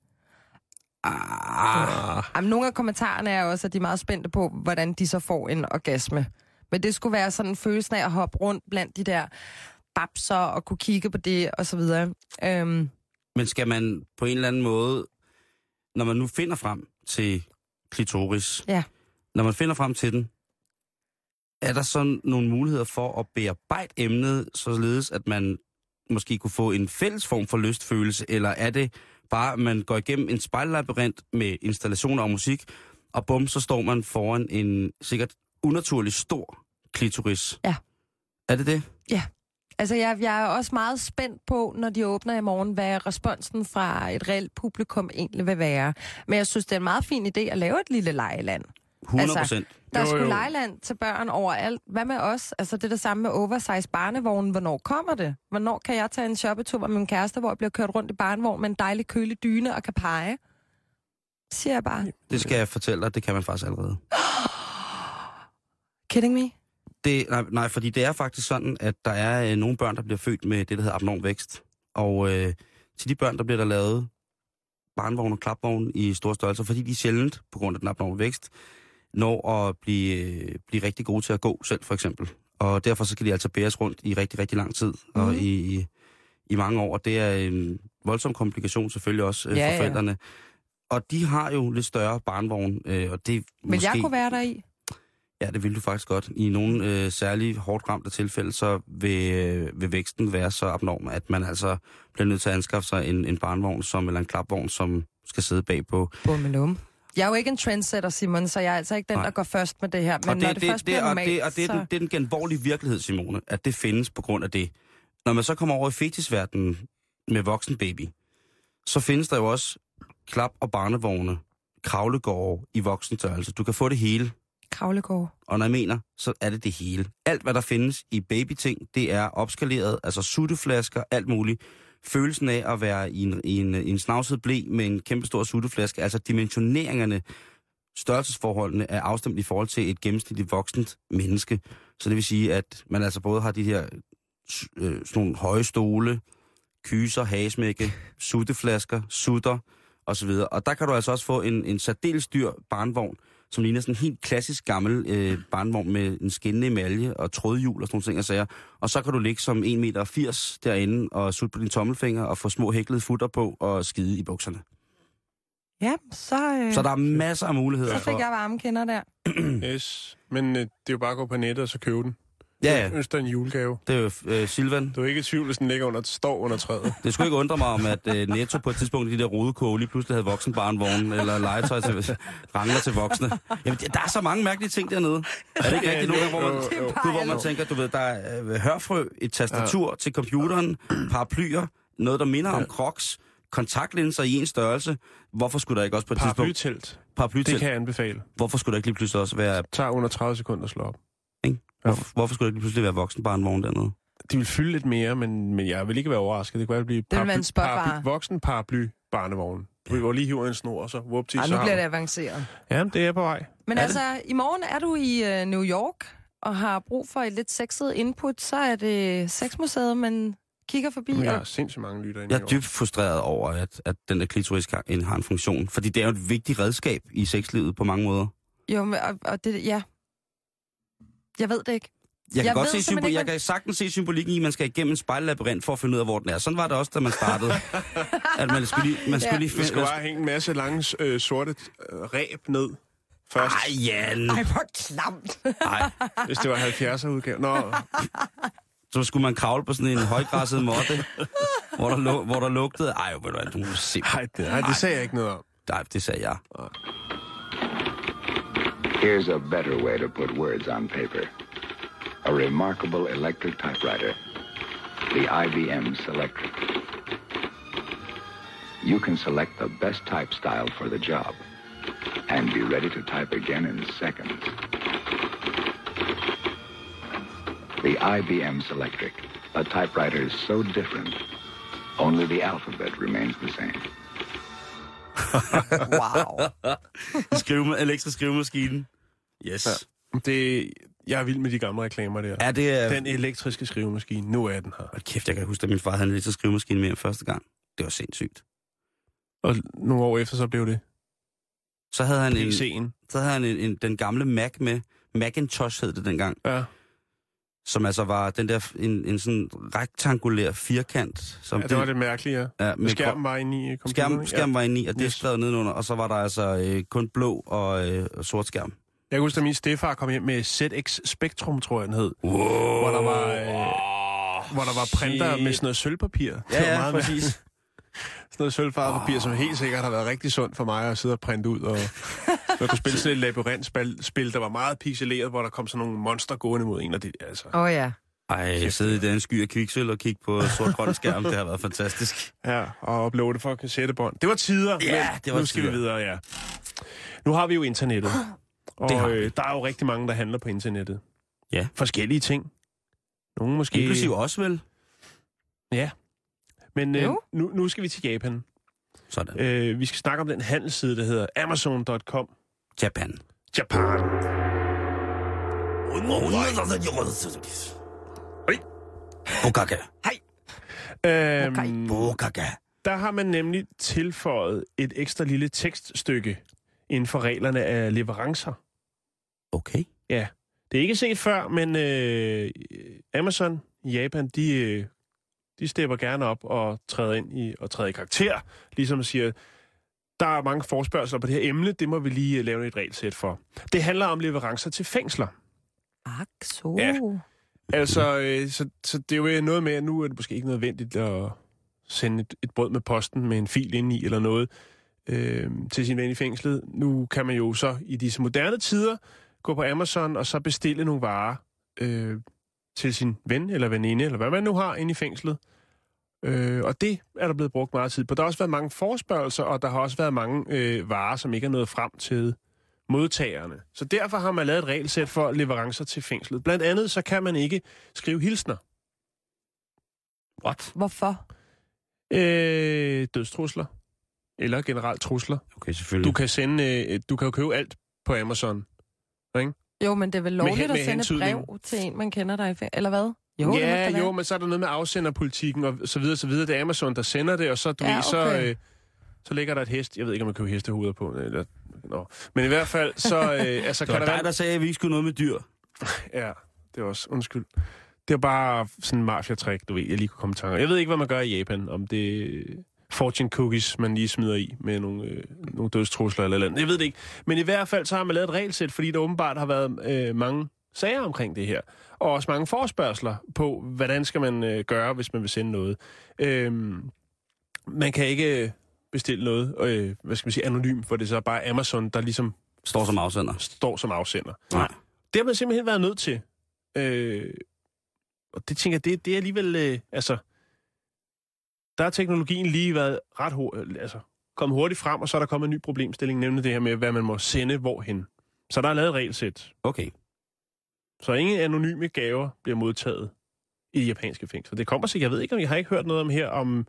Ah,
Ah,
Jamen, nogle af kommentarerne er også, at de er meget spændte på, hvordan de så får en orgasme. Men det skulle være sådan en følelse af at hoppe rundt blandt de der babser og kunne kigge på det og så videre. Øhm,
men skal man på en eller anden måde, når man nu finder frem til klitoris,
Ja.
når man finder frem til den, er der så nogle muligheder for at bearbejde emnet, således at man måske kunne få en fælles form for lystfølelse, eller er det bare, at man går igennem en spejllabyrint med installationer og musik, og bum, så står man foran en sikkert unaturlig stor klitoris?
Ja.
Er det det?
Ja. Altså, jeg, jeg er også meget spændt på, når de åbner i morgen, hvad responsen fra et reelt publikum egentlig vil være. Men jeg synes, det er en meget fin idé at lave et lille legeland.
hundrede procent.
Altså, der
Jo,
skulle
jo.
legeland til børn overalt. Hvad med os? Altså, det er det samme med oversize barnevognen. Hvornår kommer det? Hvornår kan jeg tage en shoppetur med min kæreste, hvor jeg bliver kørt rundt i barnevogn med en dejlig kølig dyne og kan pege? Siger jeg bare.
Det skal jeg fortælle dig, det kan man faktisk allerede.
Kidding me?
Det, nej, nej, fordi det er faktisk sådan, at der er øh, nogle børn, der bliver født med det, der hedder abnorm vækst. Og øh, til de børn, der bliver der lavet barnevogn og klapvogn i store størrelser, fordi de sjældent, på grund af den abnorme vækst, når at blive, øh, blive rigtig gode til at gå selv, for eksempel. Og derfor så skal de altså bæres rundt i rigtig, rigtig lang tid, mm. og i, i, i mange år. Det er en voldsom komplikation selvfølgelig også øh,
Ja,
for
ja.
forældrene. Og de har jo lidt større barnevogn, øh, og det
Vil
måske...
jeg kunne være der i?
Ja, det vil du faktisk godt. I nogle øh, særligt hårdt ramte tilfælde, så vil, øh, vil væksten være så abnorm, at man altså bliver nødt til at anskaffe sig en, en barnevogn som, eller en klapvogn, som skal sidde bag på.
Bummelum. Jeg er jo ikke en trendsetter, Simon, så jeg er altså ikke den,
Nej.
der går først med det her. Men
og det,
når det,
det,
først
det,
bliver
og
normalt,
det, og det, er
så...
den, det er den genvorlige virkelighed, Simone, at det findes på grund af det. Når man så kommer over i fetisverdenen med voksenbaby, så findes der jo også klap- og barnevogne, kravlegårde i voksentørrelse. Du kan få det hele.
Kravlegård.
Og når jeg mener, så er det det hele. Alt, hvad der findes i babyting, det er opskaleret, altså sutteflasker, alt muligt. Følelsen af at være i en, i en, i en snavset ble med en kæmpe stor sutteflaske, altså dimensioneringerne, størrelsesforholdene er afstemt i forhold til et gennemsnitligt voksent menneske. Så det vil sige, at man altså både har de her øh, sådan nogle høje stole, kyser, hagesmække, sutteflasker, sutter osv. Og der kan du altså også få en, en særdeles dyr barnvogn, som ligner sådan en helt klassisk gammel øh, barnvogn med en skinnende emalje og trådhjul og sådan nogle ting og sager. Og så kan du ligge som en meter firs derinde og sutte på dine tommelfinger og få små hæklede futter på og skide i bukserne.
Ja, så... Øh,
Så der er masser af muligheder
så fik
for...
jeg varme kender der.
Yes. Men øh, det er jo bare at gå på nettet og så købe den.
Ja,
Jeg
ja.
ønsker en julegave.
Det er jo øh, Silvan.
Du er ikke i tvivl, hvis den ligger under, står under træet.
Det skulle ikke undre mig om, at øh, Netto på et tidspunkt i de der rodekåge lige pludselig havde voksenbarnvogn eller legetøj til rangler til voksne. Jamen, der er så mange mærkelige ting dernede. Er det ikke rigtigt nogle gange, hvor man,
Jo, jo.
Gud, hvor man tænker, du ved, der er øh, hørfrø, et tastatur ja. til computeren, paraplyer, noget, der minder ja. om Crocs, kontaktlinser i en størrelse. Hvorfor skulle der ikke også på et tidspunkt...
Paraplytelt.
Paraplytelt.
Det kan jeg anbefale.
Hvorfor skulle der ikke lige pludselig også være...
Det tager under tredive sekunder at slå op.
Ikke? Hvorfor, hvorfor skulle der ikke lige pludselig være voksenbarnevogn dernede?
De vil fylde lidt mere, men, men jeg vil ikke være overrasket. Det kunne godt blive
Det vil være en spotvare.
paraply, voksen paraply barnevogn. Du vil lige hive en snor, og så whoopty,
Ej,
så
nu
har
bliver
du-
det avanceret.
Ja, det er på vej.
Men
Er
altså, i morgen er du i øh, New York og har brug for et lidt sexet input, så er det Sexmuseet, man kigger forbi.
Men jeg
Og...
har sindssygt mange lytter
Jeg er dybt frustreret over, at, at den der klitoris har en, har en funktion. Fordi det er jo et vigtigt redskab i sexlivet på mange måder.
Jo, men, og, og det, ja. Jeg ved det ikke.
Jeg kan,
Jeg
godt
ved
se
simpelthen
symbol,
ikke,
jeg kan sagtens se symbolikken i, at man skal igennem en spejllabyrint for at finde ud af, hvor den er. Sådan var det også, da man startede. At man skulle lige, man skulle
Ja.
lige
Du
finde...
skal bare hænge en masse lange øh, sorte øh, ræb ned først,
Ej, Jan!
Ej, hvor klamt.
Nej,
hvis det var halvfjerdser udgave. Nå,
så skulle man kravle på sådan en højgræsset måtte, hvor der, lu- hvor der lugtede. Ej, ved du hvad, du må se.
ej, det, ej, det sagde jeg ikke noget om.
Nej, det sagde jeg.
Here's a better way to put words on paper. A remarkable electric typewriter, the I B M Selectric. You can select the best type style for the job and be ready to type again in seconds. The I B M Selectric, a typewriter so different, only the alphabet remains the same.
Wow.
Skrive, elektrisk skrivemaskinen. Yes. Ja.
Det, jeg er vild med de gamle reklamer der.
Er det...
Den elektriske skrivemaskine, nu er den her.
Hold kæft, jeg kan huske, at min far havde en elektrisk skrivemaskine med hjem første gang. Det var sindssygt.
Og nogle år efter, så blev det
Så havde han, en,
P C'en.
så havde han en, en, den gamle Mac med. Macintosh hed det dengang.
Ja.
Som altså var den der, en, en sådan rektangulær firkant. Som
Ja, det var lidt mærkeligt, ja.
Ja, med
Skærmen var inde i computeren.
Skærm, skærm var inde i, og det er
Yes.
skrevet nedenunder, og så var der altså øh, kun blå og, øh, og sort skærm.
Jeg kan huske, at min stefar kom hjem med Z X Spectrum, tror jeg, den hed.
Wow.
Hvor der var, øh, hvor der var printer med sådan noget sølvpapir. Det
Ja,
var
ja,
meget
præcis.
sådan noget sølvfarvet papir, som helt sikkert har været rigtig sundt for mig at sidde og printe ud. Og man kunne spille sådan et labyrintspil, der var meget pixeleret, hvor der kom sådan nogle monster gående mod en. Og det, altså.
Åh oh, ja.
Ej, sidde i den sky af kviksøl og kigge på sort-grøn skærm, det har været fantastisk.
Ja, og uploade for kassettebånd. Det var tider,
Ja,
men
det var
nu skal
tider.
vi videre, ja. Nu har vi jo internettet,
Det har
og
vi.
øh, der er jo rigtig mange, der handler på internettet.
Ja.
Forskellige ting. Nogle måske...
Inklusiv også vel?
Ja. Men øh,
Jo.
nu, nu skal vi til Japan.
Sådan.
Øh, vi skal snakke om den handelsside, der hedder amazon punktum com.
Japan.
Japan.
Bokage.
Øhm,
Okay.
Bokage.
Der har man nemlig tilføjet et ekstra lille tekststykke inden for reglerne af leverancer.
Okay.
Ja, det er ikke set før, men øh, Amazon i Japan, de, øh, de stepper gerne op og træder ind i og træder i karakter. Ligesom siger, der er mange forespørgsler på det her emne, det må vi lige øh, lave et regelsæt for. Det handler om leverancer til fængsler.
Ak, så.
Ja. Altså, øh, så, så det er jo noget med, at nu er det måske ikke nødvendigt at sende et, et brød med posten med en fil ind i eller noget øh, til sin ven i fængslet. Nu kan man jo så i disse moderne tider gå på Amazon og så bestille nogle varer øh, til sin ven eller veninde, eller hvad man nu har inde i fængslet. Øh, og det er der blevet brugt meget tid på. Der har også været mange forespørgelser, og der har også været mange øh, varer, som ikke er nået frem til modtagerne. Så derfor har man lavet et regelsæt for leverancer til fængslet. Blandt andet så kan man ikke skrive hilsner.
What?
Hvorfor?
Øh, dødstrusler. Eller generelt trusler.
Okay, selvfølgelig.
Du kan sende, øh, du kan jo købe alt på Amazon.
Jo, men det er vel lovligt
med
at sende et
hentydning.
brev til en, man kender dig i fæ- eller hvad? Jo, det må
ja,
det
jo,
være.
men så er der noget med afsenderpolitikken og så videre, så videre. Det er Amazon, der sender det, og så, du
Ja,
ved, så,
okay.
øh, så ligger der et hest. Jeg ved ikke, om man køber hestehoveder på. Eller, nå. Men i hvert fald, så øh, altså,
Det
kan
var
der
dig, der sagde, at vi ikke skulle noget med dyr.
Ja, det er også, undskyld. Det er bare sådan en mafia-trick, du ved, jeg lige kunne komme i tanke. Jeg ved ikke, hvad man gør i Japan, om det er fortune cookies, man lige smider i med nogle, øh, nogle dødstrusler eller andet. Jeg ved det ikke. Men i hvert fald, så har man lavet et regelsæt, fordi der åbenbart har været øh, mange sager omkring det her. Og også mange forespørgsler på, hvordan skal man øh, gøre, hvis man vil sende noget. Øhm, man kan ikke øh, bestille noget, øh, hvad skal man sige, anonym, for det er så bare Amazon, der ligesom
Står som afsender.
står som afsender.
Nej.
Det har man simpelthen været nødt til. Øh, og det tænker jeg, det, det er alligevel, øh, altså, der har teknologien lige været ret hurtigt, altså, kommet hurtigt frem, og så er der kommet en ny problemstilling, nemlig det her med, hvad man må sende hvorhen. Så der er lavet et regelsæt.
Okay.
Så ingen anonyme gaver bliver modtaget i de japanske fængsler. Det kommer sig, jeg ved ikke, om jeg har ikke hørt noget om her, om...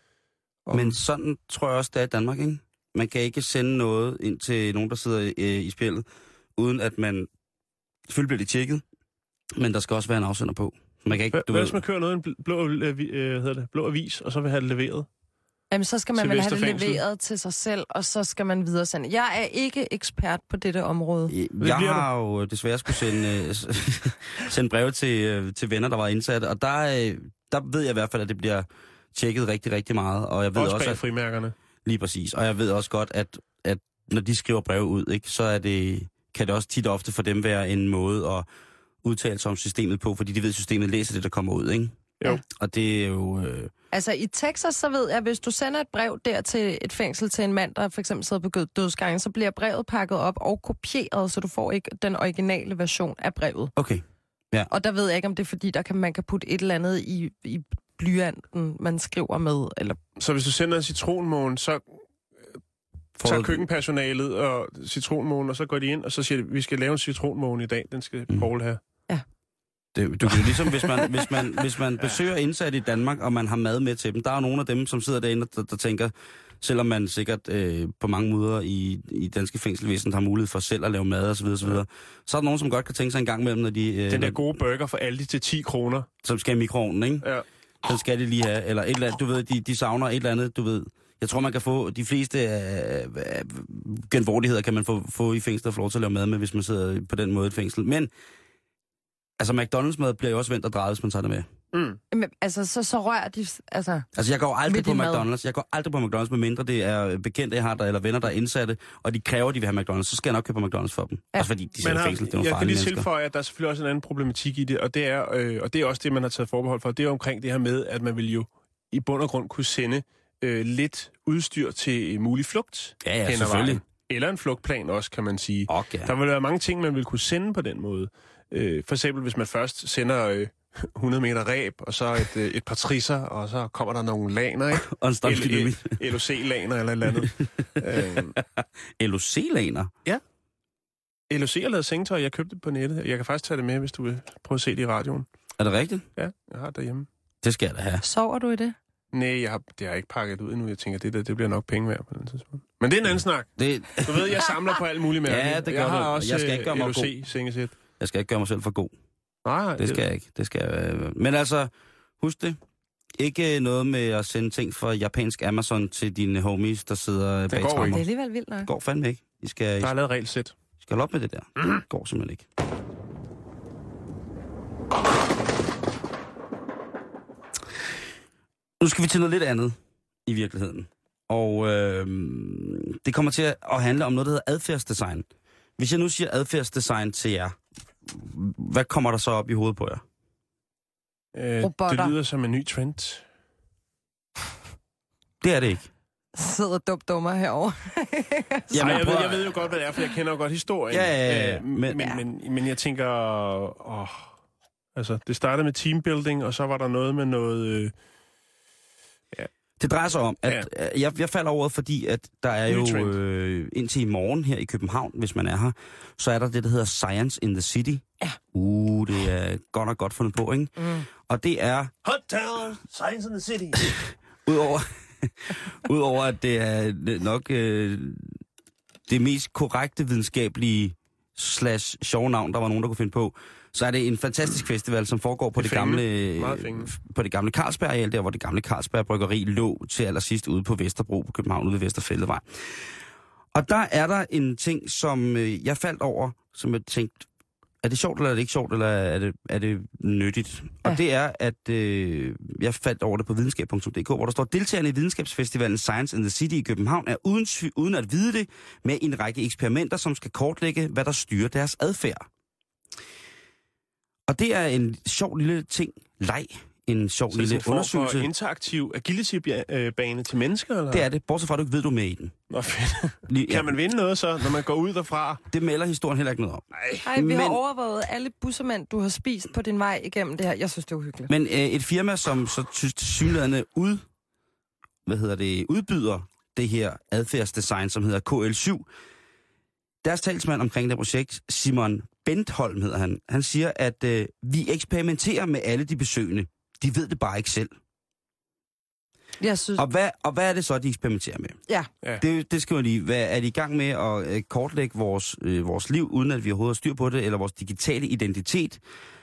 om
Men sådan tror jeg også, det er i Danmark, ikke? Man kan ikke sende noget ind til nogen, der sidder øh, i spjældet, uden at man... Selvfølgelig bliver det tjekket, men der skal også være en afsender på. Så man kan ikke,
Hvad
du
hvad
ved,
hvis man kører noget i en bl- blå, øh, vi- øh, hedder det, blå avis, og så vil have det leveret?
Jamen, så skal man
Til
vel have det
Vesterfængsel.
leveret til sig selv, og så skal man videre sende. Jeg er ikke ekspert på dette område.
Jeg
bliver
har jo desværre skulle sende, øh, sende breve til, øh, til venner, der var indsatte, og der, øh, der ved jeg i hvert fald, at det bliver tjekket rigtig, rigtig meget. Og jeg ved
Også
også,
bag
at,
frimærkerne.
lige præcis. Og jeg ved også godt, at, at når de skriver breve ud, ikke, så er det, kan det også tit og ofte for dem være en måde at udtale sig om systemet på, fordi de ved, at systemet læser det, der kommer ud, ikke?
Jo.
Og det er jo... Øh,
Altså, i Texas, så ved jeg, at hvis du sender et brev der til et fængsel til en mand, der for eksempel sidder på dødsgangen, så bliver brevet pakket op og kopieret, så du får ikke den originale version af brevet.
okay.
Og der ved jeg ikke, om det er fordi, der kan, man kan putte et eller andet i, i blyanten, man skriver med, eller...
Så hvis du sender en citronmåne, så
Får
tager
du-
køkkenpersonalet og citronmåne, og så går de ind, og så siger de, vi skal lave en citronmåne i dag, den skal
Mm.
Paul have.
Det, du kan jo ligesom, hvis man, hvis man, hvis man besøger indsatte i Danmark, og man har mad med til dem, der er jo nogle af dem, som sidder derinde, der, der tænker, selvom man sikkert øh, på mange måder i, i danske fængselvæsen har mulighed for selv at lave mad osv., osv., ja. så er der nogen, som godt kan tænke sig en gang imellem, når de... Øh,
Den der gode burger for Aldi til ti kroner.
som skal i mikroovnen, ikke?
Ja.
Den skal de lige have, eller et eller andet, du ved, de, de savner et eller andet, du ved. Jeg tror, man kan få de fleste øh, øh, genvordigheder, kan man få, få i fængslet og få lov til at lave mad med, hvis man sidder på den måde i et fængsel. Men, altså McDonald's-mad bliver jo også vendt og drejet, hvis man tager det med.
Mm.
Men, altså, så, så rører de... Altså,
Altså, jeg går aldrig
Midt i
på
mad.
McDonald's. Jeg går aldrig på McDonald's, medmindre det er bekendte, jeg har der, eller venner, der er indsatte, og de kræver, at de vil have McDonald's. Så skal jeg nok købe på McDonald's for dem. Ja. Også fordi de
Man
sidder i
har,
fængsel, det er nogle
jeg kan
farlige
lige
mennesker.
tilføje, at der er selvfølgelig også en anden problematik i det, og det er, øh, og det er også det, man har taget forbehold for. Det er omkring det her med, at man vil jo i bund og grund kunne sende øh, lidt udstyr til mulig flugt.
Ja, ja,
hen ad
selvfølgelig.
vejen. Eller en flugtplan også, kan man sige.
Okay.
Der vil være mange ting, man vil kunne sende på den måde. Øh, for eksempel, hvis man først sender øh, hundrede meter ræb, og så et, øh, et par trisser, og så kommer der nogle laner, ikke?
Og en stamdynamit.
L O C-laner eller et eller andet. øh,
L O C-laner?
Ja. L O C har lavet sengetøj, jeg købte det på nettet. Jeg kan faktisk tage det med, hvis du vil prøve at se det i radioen.
Er det rigtigt?
Ja, jeg har det derhjemme.
Det skal jeg da have.
Sover du i det?
Nej, jeg har, det har jeg ikke pakket ud endnu. Jeg tænker, det der, det bliver nok penge værd på den tidspunkt. Men det er en anden snak. Det... Du ved, jeg samler på alt muligt mærke.
Ja, det gør
jeg har
du.
også
Jeg skal ikke gøre mig
L O C-sengesæt.
Jeg skal ikke gøre mig selv for god.
Nej,
det skal jeg ikke. Det skal jeg. Men altså, husk det. Ikke noget med at sende ting fra japansk Amazon til dine homies, der sidder bag trammer.
Det er alligevel vildt nok.
Det går fandme ikke. I skal,
der er lavet regelsæt.
I skal holde op med det der. Mm. Det går simpelthen ikke. Nu skal vi til noget lidt andet i virkeligheden. Og øh, det kommer til at handle om noget, der hedder adfærdsdesign. Hvis jeg nu siger adfærdsdesign til jer, hvad kommer der så op i hovedet på jer?
Øh, det lyder som en ny trend.
Det er det ikke.
Sidder dumt dummer herovre.
Jamen, jeg, ved, jeg ved jo godt, hvad det er, for jeg kender jo godt historien.
Ja, ja, ja.
Øh, men,
ja.
Men, men, men jeg tænker... Åh, altså, det startede med teambuilding, og så var der noget med noget... Øh, ja.
Det drejer sig om, at ja. jeg, jeg falder over, fordi at der er jo øh, indtil i morgen her i København, hvis man er her, så er der det, der hedder Science in the City.
Ja.
Uh, det er godt og godt fundet på, ikke?
Mm.
Og det er...
Hot Town, Science in the City.
Udover, udover at det er nok øh, det mest korrekte videnskabelige slash sjove navn, der var nogen, der kunne finde på, så er det en fantastisk festival, som foregår på det, det gamle på det gamle Carlsberg, der hvor det gamle Carlsberg Bryggeri lå til allersidst ude på Vesterbro på København, ude ved Vesterfælledvej. Og der er der en ting, som øh, jeg faldt over, som jeg tænkte, er det sjovt, eller er det ikke sjovt, eller er det, er det nyttigt? Ja. Og det er, at øh, jeg faldt over det på videnskab punktum d k, hvor der står, deltagerne i videnskabsfestivalen Science in the City i København er uden, uden at vide det med en række eksperimenter, som skal kortlægge, hvad der styrer deres adfærd. Og det er en sjov lille ting, leg, en sjov
så
lille
det er
undersøgelse.
Så interaktiv agility-bane til mennesker, eller?
Det er det, bortset fra, at du ikke ved, du er med i den.
Nå, fedt.
Lige,
kan man vinde noget så, når man går ud derfra?
Det melder historien heller ikke noget om.
Nej, vi men, har overvåget alle bussermænd, du har spist på din vej igennem det her. Jeg synes, det er uhyggeligt.
Men øh, et firma, som så tilsyneladende ud, hvad hedder det, udbyder det her adfærdsdesign, som hedder K L syv, deres talsmand omkring det projekt, Simon Bentholm hedder han, han siger, at øh, vi eksperimenterer med alle de besøgende. De ved det bare ikke selv.
Jeg synes...
Og hvad, og hvad er det så, de eksperimenterer med?
Ja.
ja.
Det, det skal jo lige. Hvad, er de i gang med at øh, kortlægge vores, øh, vores liv, uden at vi overhovedet har styr på det, eller vores digitale identitet?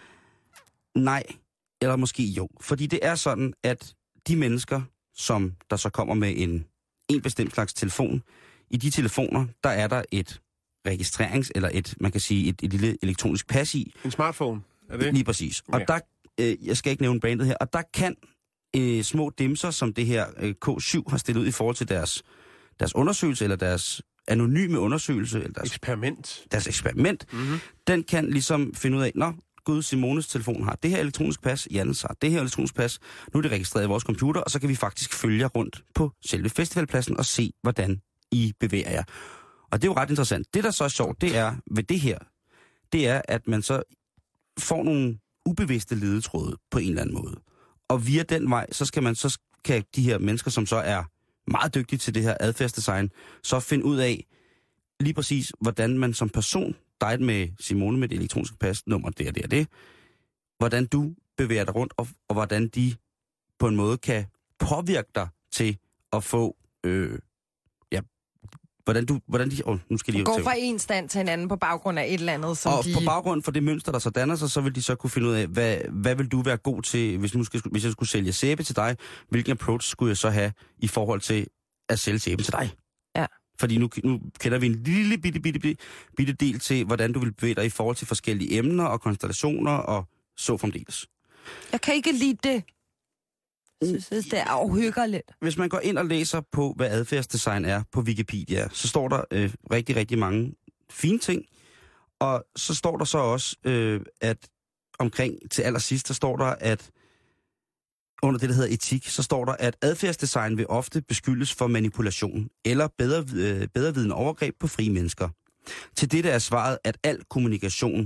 Nej. Eller måske jo. Fordi det er sådan, at de mennesker, som der så kommer med en, en bestemt slags telefon, i de telefoner, der er der et registrerings, eller et, man kan sige, et, et lille elektronisk pas i.
En smartphone, er det?
Lige præcis. Og
ja.
der, øh, jeg skal ikke nævne brandet her, og der kan øh, små dimser, som det her øh, K syv har stillet ud i forhold til deres, deres undersøgelse, eller deres anonyme undersøgelse, eller deres
eksperiment,
deres eksperiment, mm-hmm. den kan ligesom finde ud af, nå, gud, Simones telefon har det her elektronisk pas, Jannes har det her elektronisk pas, nu er det registreret i vores computer, og så kan vi faktisk følge jer rundt på selve festivalpladsen og se, hvordan I bevæger jer. Og det er jo ret interessant. Det, der så er sjovt, det er ved det her, det er, at man så får nogle ubevidste ledetråde på en eller anden måde. Og via den vej, så skal man så kan de her mennesker, som så er meget dygtige til det her adfærdsdesign, så finde ud af lige præcis, hvordan man som person, dig med Simone med det elektroniske pas, nummer det og det og det, hvordan du bevæger dig rundt, og, og hvordan de på en måde kan påvirke dig til at få... Øh, Hvordan, du, hvordan de... Oh, nu skal de
gå fra en stand til en anden på baggrund af et eller andet, som
og
de...
på baggrund for det mønster, der så danner sig, så vil de så kunne finde ud af, hvad, hvad vil du være god til, hvis, nu skal, hvis jeg skulle sælge sæbe til dig, hvilken approach skulle jeg så have i forhold til at sælge sæben til dig?
Ja.
Fordi nu, nu kender vi en lille bitte, bitte, bitte, bitte del til, hvordan du vil bevæge dig i forhold til forskellige emner og konstellationer og så fremdeles.
Jeg kan ikke lide det. Jeg synes, det er afhyggeligt.
Hvis man går ind og læser på, hvad adfærdsdesign er på Wikipedia, så står der øh, rigtig, rigtig mange fine ting. Og så står der så også, øh, at omkring til allersidst, så står der, at under det, der hedder etik, så står der, at adfærdsdesign vil ofte beskyldes for manipulation eller bedre, øh, bedre viden overgreb på frie mennesker. Til dette er svaret, at al kommunikation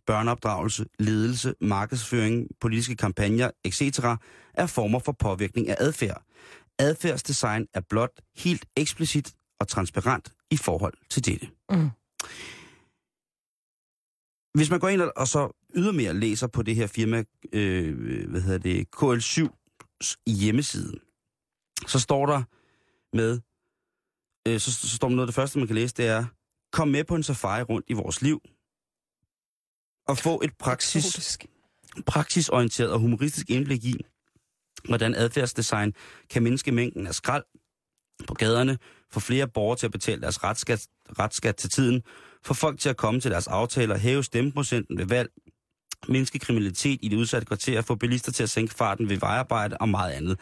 børneopdragelse, ledelse, markedsføring, politiske kampagner, et cetera er former for påvirkning af adfærd. Adfærdsdesign er blot helt eksplicit og transparent i forhold til dette. Mm. Hvis man går ind og så ydermere læser på det her firma, øh, hvad hedder det, K L syv's hjemmeside, så står der med, øh, så, så står der noget af det første, man kan læse, det er, kom med på en safari rundt i vores liv, og få et praksis, praksisorienteret og humoristisk indblik i, hvordan adfærdsdesign kan mindske mængden af skrald på gaderne, få flere borgere til at betale deres retsskat, retsskat til tiden, få folk til at komme til deres aftaler, hæve stemmeprocenten ved valg, mindske kriminalitet i det udsatte kvarter, få bilister til at sænke farten ved vejarbejde og meget andet.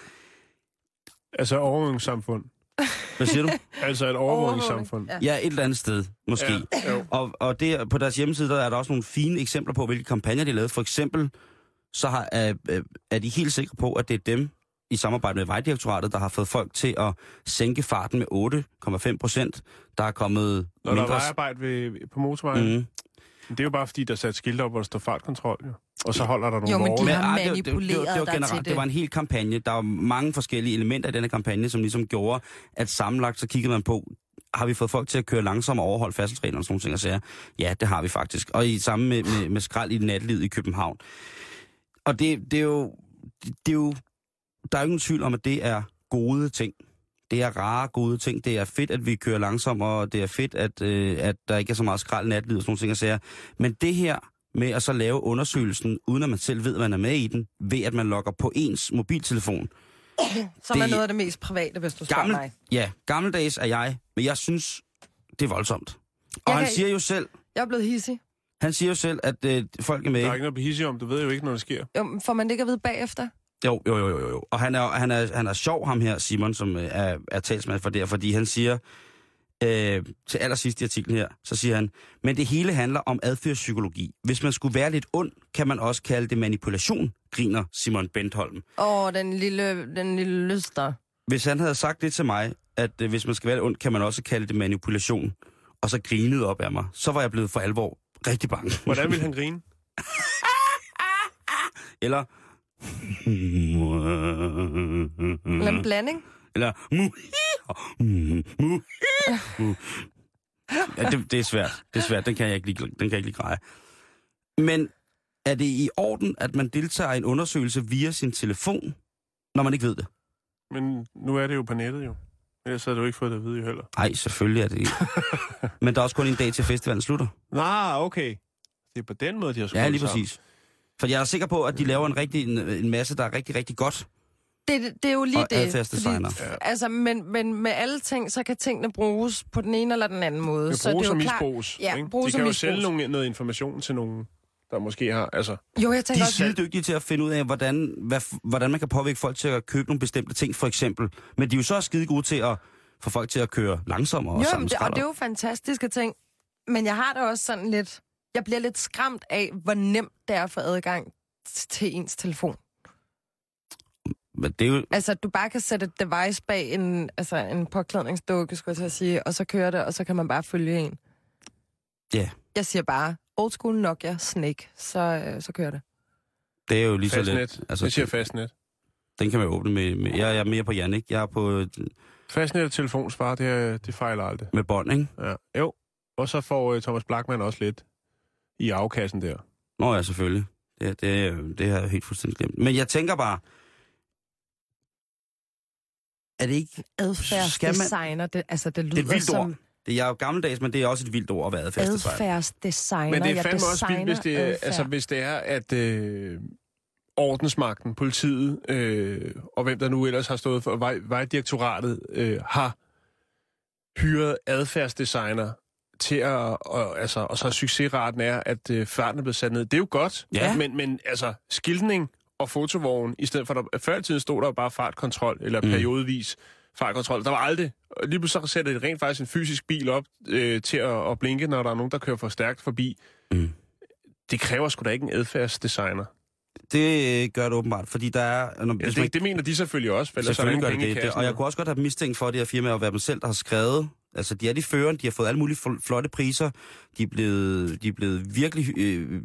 Altså overvågningssamfund.
Hvad siger du?
Altså et overvågningssamfund.
Ja, et eller andet sted, måske. Ja, og og det, på deres hjemmeside, der er der også nogle fine eksempler på, hvilke kampagner de har lavet. For eksempel, så har, er, er de helt sikre på, at det er dem, i samarbejde med Vejdirektoratet, der har fået folk til at sænke farten med otte komma fem procent. Der er kommet
Når mindre... der er vejarbejde ved, på motorvejen. Mm. Det er jo bare fordi, der er sat skilte op, hvor der står fartkontrol. Jo. Og så holder der nogle
Jo, men de
vogne.
har
Men,
manipuleret
det, det, det, det, var generelt,
til det.
Det var en hel kampagne. Der var mange forskellige elementer i denne kampagne, som ligesom gjorde, at sammenlagt så kiggede man på, har vi fået folk til at køre langsomt og overholde færdselsreglerne og sådan nogle ting, og siger, ja, det har vi faktisk. Og i sammen med, med, med skrald i nattelivet i København. Og det, det er jo... Det, det er jo der er jo ingen tvivl om, at det er gode ting. Det er rare, gode ting. Det er fedt, at vi kører langsomt, og det er fedt, at, øh, at der ikke er så meget skrald i nattelivet og sådan nogle ting, jeg siger. Men det her med at så lave undersøgelsen, uden at man selv ved, at man er med i den, ved at man logger på ens mobiltelefon.
Som er noget af det mest private, hvis du spørger
gammel,
mig.
Ja, gammeldags er jeg, men jeg synes, det er voldsomt. Og
jeg
han
kan...
siger jo selv...
Jeg er blevet hissig.
Han siger jo selv, at øh, folk er med...
Der er ikke noget at blive hissig om, du ved jo ikke, når det sker.
Jo, får man det ikke at vide bagefter?
Jo, jo, jo, jo, jo. Og han er, han er, han er sjov, ham her, Simon, som er, er talsmand for det, fordi han siger, øh, til allersidst i artiklen her, så siger han, men det hele handler om adfærdspsykologi. Hvis man skulle være lidt ond, kan man også kalde det manipulation, griner Simon Bentholm.
Åh, den lille, den lille lyster.
Hvis han havde sagt det til mig, at øh, hvis man skal være lidt ond, kan man også kalde det manipulation, og så grinede op af mig, så var jeg blevet for alvor rigtig bange.
Hvordan ville han grine?
Eller...
Eller en blanding?
Eller... Ja, det, det er svært. Det er svært. Den kan jeg ikke lide, den kan jeg ikke lide greje. Men er det i orden, at man deltager i en undersøgelse via sin telefon, når man ikke ved det?
Men nu er det jo på nettet jo. Ellers havde du ikke fået det at vide jo heller.
Nej, selvfølgelig er det ikke. Men der er også kun en dag til festivalen slutter.
Nej, okay. Det er på den måde, de har skruet
Ja, lige
sammen.
præcis. For jeg er sikker på, at de laver en, rigtig, en, en masse, der er rigtig, rigtig godt.
Det, det er jo lige
og
det.
adfærdsdesigner.
Fordi, altså, men, men med alle ting, så kan tingene bruges på den ene eller den anden måde.
Det
så det er
bruges
jo
og
klart,
misbruges.
ja,
ikke?
bruges
De kan
og
jo sælge
misbruges.
nogle, noget information til nogen, der måske har... Altså,
Jo, jeg
De
tænker
er
også...
skide dygtige til at finde ud af, hvordan, hvad, hvordan man kan påvirke folk til at købe nogle bestemte ting, for eksempel. Men de er jo så skide gode til at få folk til at køre langsommere og
Jo,
sammen
det, og det er jo fantastiske ting. Men jeg har det også sådan lidt... Jeg bliver lidt skræmt af, hvor nemt det er at få adgang til ens telefon.
Men det er jo...
Altså, du bare kan sætte et device bag en, altså, en påklædningsdukke, skulle jeg til at sige, og så kører det, og så kan man bare følge en.
Ja. Yeah.
Jeg siger bare, old school Nokia Snake, så, øh, så kører det.
Det er jo lige så
fastnet.
let. Altså,
Jeg siger fastnet.
Den kan man jo åbne med... med jeg, jeg er mere på Jan, ikke? Jeg er på...
Fastnet og telefonsvar, det, er, det fejler aldrig.
Med bånd, ikke?
Ja. Jo. Og så får uh, Thomas Blackman også lidt i afkassen der.
Nå ja, selvfølgelig. Det, det, det har jeg helt fuldstændig glemt. Men jeg tænker bare... Er det ikke...
Adfærdsdesigner, det, altså det lyder
det er et vildt
som...
ord. Det er jo gammeldags, men det er også et vildt ord at være adfærdsdesigner.
Adfærdsdesigner,
Men det er
jeg
fandme også vildt, hvis det, er,
adfærd.
altså, hvis det er, at øh, ordensmagten, politiet øh, og hvem der nu ellers har stået for vej, Vejdirektoratet, øh, har hyret adfærdsdesigner til at, og, altså, og så succesraten er, at øh, farten er blevet sat ned. Det er jo godt,
Ja.
men, men altså skiltning og fotovogn, i stedet for, der, før i tiden stod der jo bare fartkontrol, eller
Mm.
periodevis fartkontrol. Der var aldrig, og lige pludselig så sætter de rent faktisk en fysisk bil op øh, til at, at blinke, når der er nogen, der kører for stærkt forbi.
Mm.
Det kræver sgu da ikke en adfærdsdesigner.
Det øh, gør det åbenbart, fordi der er... Når,
Ja, det, det mener de selvfølgelig også, for ellers er der
selvfølgelig
ingen
gør
penge
det
i
det.
kassen.
Og jeg kunne også godt have mistænkt for, at det her firma at være dem selv, der har skrevet... Altså, de er de førende, de har fået alle mulige fl- flotte priser. De er blevet, de er blevet virkelig øh,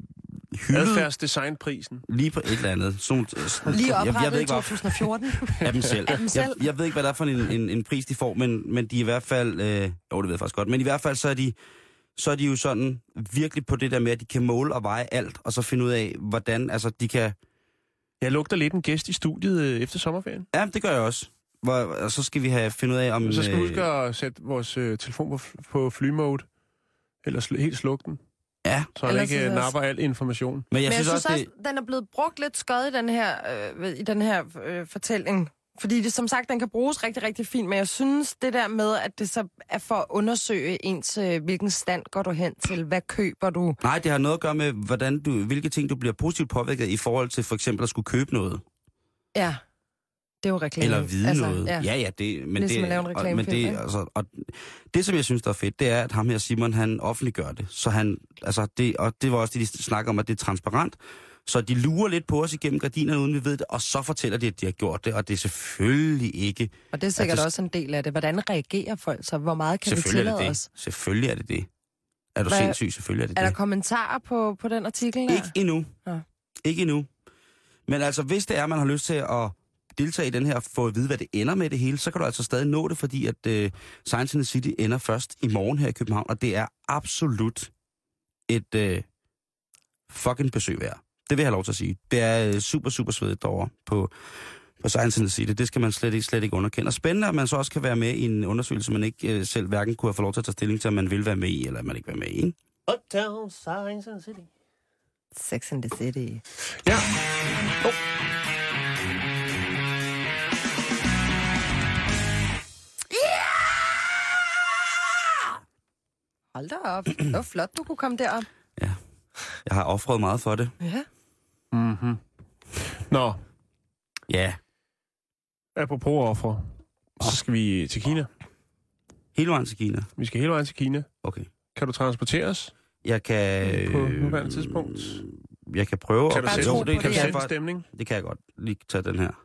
hyldet...
Adfærdsdesignprisen.
Lige på et eller andet. Sådan,
Lige
jeg, jeg ved
oprettet i
ikke,
to tusind og fjorten.
af dem selv.
Af dem selv.
Jeg, jeg ved ikke, hvad der er for en, en, en pris, de får, men, men de er i hvert fald... Øh, jo, det ved jeg faktisk godt. Men i hvert fald, så er de, så er de jo sådan virkelig på det der med, at de kan måle og veje alt, og så finde ud af, hvordan altså, de kan...
Jeg lugter lidt en gæst i studiet øh, efter sommerferien.
Ja, det gør jeg også. Hvor, og så skal vi have finde ud af, om...
Så skal vi
øh,
huske at sætte vores øh, telefon på, på flymode. Eller sl- helt slukke den.
Ja.
Så han
Ellers
ikke
så-
napper al information.
Men jeg,
Men jeg
synes,
synes
også,
også,
det...
den er blevet brugt lidt skød i den her, øh, i den her øh, fortælling. Fordi det, som sagt, den kan bruges rigtig, rigtig fint, men jeg synes det der med, at det så er for at undersøge ens, øh, hvilken stand går du hen til, hvad køber du?
Nej, det har noget at gøre med, hvordan du, hvilke ting du bliver positivt påvirket i forhold til for eksempel at skulle købe noget.
Ja, det er jo reklame.
Eller vide altså, noget.
Ja.
Ja, ja, det, men
Ligesom
det,
at lave en
og, men
reklamefilm,
det,
ikke?
altså, og det, som jeg synes, der er fedt, det er, at ham her, Simon, han offentliggør det. Så han, altså, det, og det var også det, de snakker om, at det er transparent. Så de lurer lidt på os igennem gardinerne, uden vi ved det, og så fortæller de, at de har gjort det, og det er selvfølgelig ikke...
Og det er sikkert
altså,
også en del af det. Hvordan reagerer folk så? Hvor meget kan vi
selvfølgelig er
tillade
det
os?
det. Selvfølgelig er det det. Er du
Hvad-
sindssyg? Selvfølgelig er det
Er der
det.
kommentarer på, på den artikel der?
Ikke endnu.
Nå.
Ikke endnu. Men altså, hvis det er, man har lyst til at deltage i den her, få at vide, hvad det ender med det hele, så kan du altså stadig nå det, fordi at uh, Science in the City ender først i morgen her i København, og det er absolut et uh, fucking besøg værd. Det vil jeg have lov til at sige. Det er uh, super, super svedigt derovre på, på Science in the City. Det skal man slet ikke, slet ikke underkende. Og spændende, at man så også kan være med i en undersøgelse, man ikke uh, selv hverken kunne have fået lov til at tage stilling til, om man vil være med i, eller man ikke vil være med i. Ikke?
Uptown Science and City.
Sex in the City.
Ja. Oh.
Hold da op. Det var flot, du kunne komme derop.
Ja. Jeg har offret meget for det.
Ja.
Mm-hmm. Nå,
Ja.
apropos ofre, så skal vi til Kina.
Hele vejen til Kina.
Vi skal hele vejen til Kina.
Okay.
Kan du transporteres
Jeg kan...
på nuværende tidspunkt?
Jeg kan prøve...
Kan
at-
du
bare
sætte,
tro
Jo,
på
det,
kan
det,
du
kan
sætte
jeg
en
godt.
stemning?
Det kan jeg godt. Lige tage den her.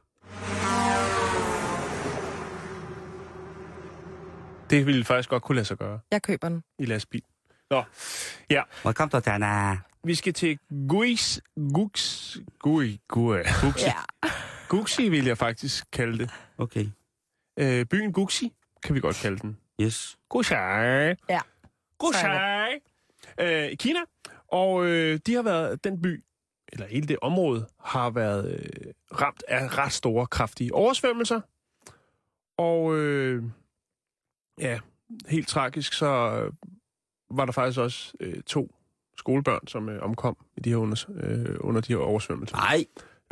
Det ville faktisk godt kunne lade sig gøre
Jeg køber den.
i lastbil. Nå, ja.
Velkommen til Dana.
Vi skal til Guis... Gux... Gui... Gui... Guxi.
Ja.
Guxi vil jeg faktisk kalde det.
Okay.
Øh, byen Guxi kan vi godt kalde den.
Yes.
Guxi.
Ja.
Guxi. Øh, i Kina. Og øh, de har været, den by, eller hele det område, har været øh, ramt af ret store, kraftige oversvømmelser. Og øh, ja, helt tragisk, så øh, var der faktisk også øh, to skolebørn, som øh, omkom i de her under, øh, under de her oversvømmelser.
Nej.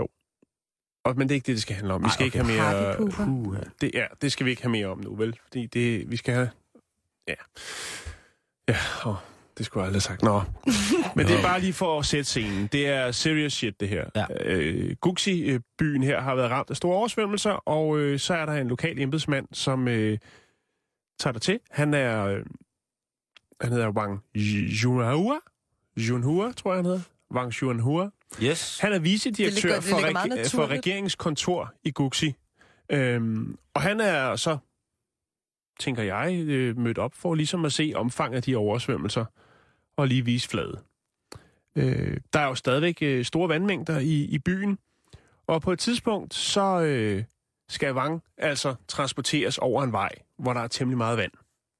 Og, men det er ikke det, det skal handle om. Vi
Ej,
skal
okay.
ikke have mere...
Partypooper.
Uh,
Det, ja, det skal vi ikke have mere om nu, vel? Fordi det, vi skal have... Ja. Ja, åh, det skulle jeg aldrig have sagt. Nå. Men det er bare lige for at sætte scenen. Det er serious shit, det her.
Ja.
Øh, Guxi-byen her har været ramt af store oversvømmelser, og øh, så er der en lokal embedsmand, som øh, tager der til. Han er... Øh, han hedder Wang Junhua. Junhua, tror jeg, han hedder. Wang Junhua.
yes.
Han er vicedirektør
Det ligger- det
for,
ligger
reg-
meget
for
naturligt.
regeringskontor i Guxi. Øhm, og han er så, tænker jeg, øh, mødt op for ligesom at se omfanget af de oversvømmelser og lige vise flade. Øh, der er jo stadigvæk øh, store vandmængder i, i byen, og på et tidspunkt så øh, skal Wang altså transporteres over en vej, hvor der er temmelig meget vand.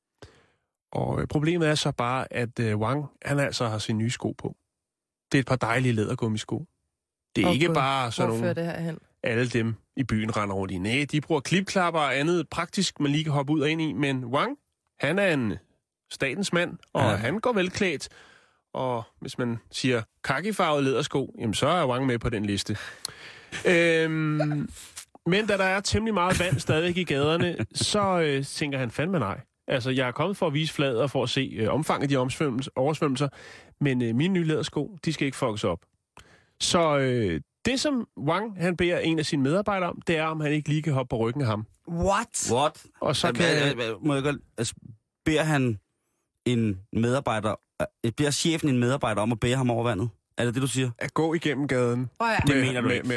Og øh, problemet er så bare, at øh, Wang, han altså har sine nye sko på. Det er et par dejlige lædergummisko. Det er
Åh,
ikke
Gud.
bare sådan
Hvor fører
nogle,
det her hen?
alle dem i byen render rundt i. Nej, de bruger klipklapper og andet praktisk, man lige kan hoppe ud og ind i. Men Wang, han er en statens mand, og
Ja.
ja. han går velklædt. Og hvis man siger kakifarvet lædersko, jamen så er Wang med på den liste. øhm, men da der er temmelig meget vand stadig i gaderne, så øh, tænker han fandme nej. Altså, jeg er kommet for at vise fladet og for at se øh, omfanget af de omsvømmelser, oversvømmelser, men øh, mine nye lædersko, de skal ikke fuckes op. Så øh, det, som Wang han beder en af sine medarbejdere om, det er, om han ikke lige kan hoppe på ryggen af ham.
What?
What?
Og så
Så
kan...
kan... Må jeg godt... Altså, beder han en medarbejder... øh, Beder chefen en medarbejder om at bære ham over vandet? Er det det, du siger?
at gå igennem gaden.
Prøv at
Det
med,
mener du
med,
ikke.
med, Jo,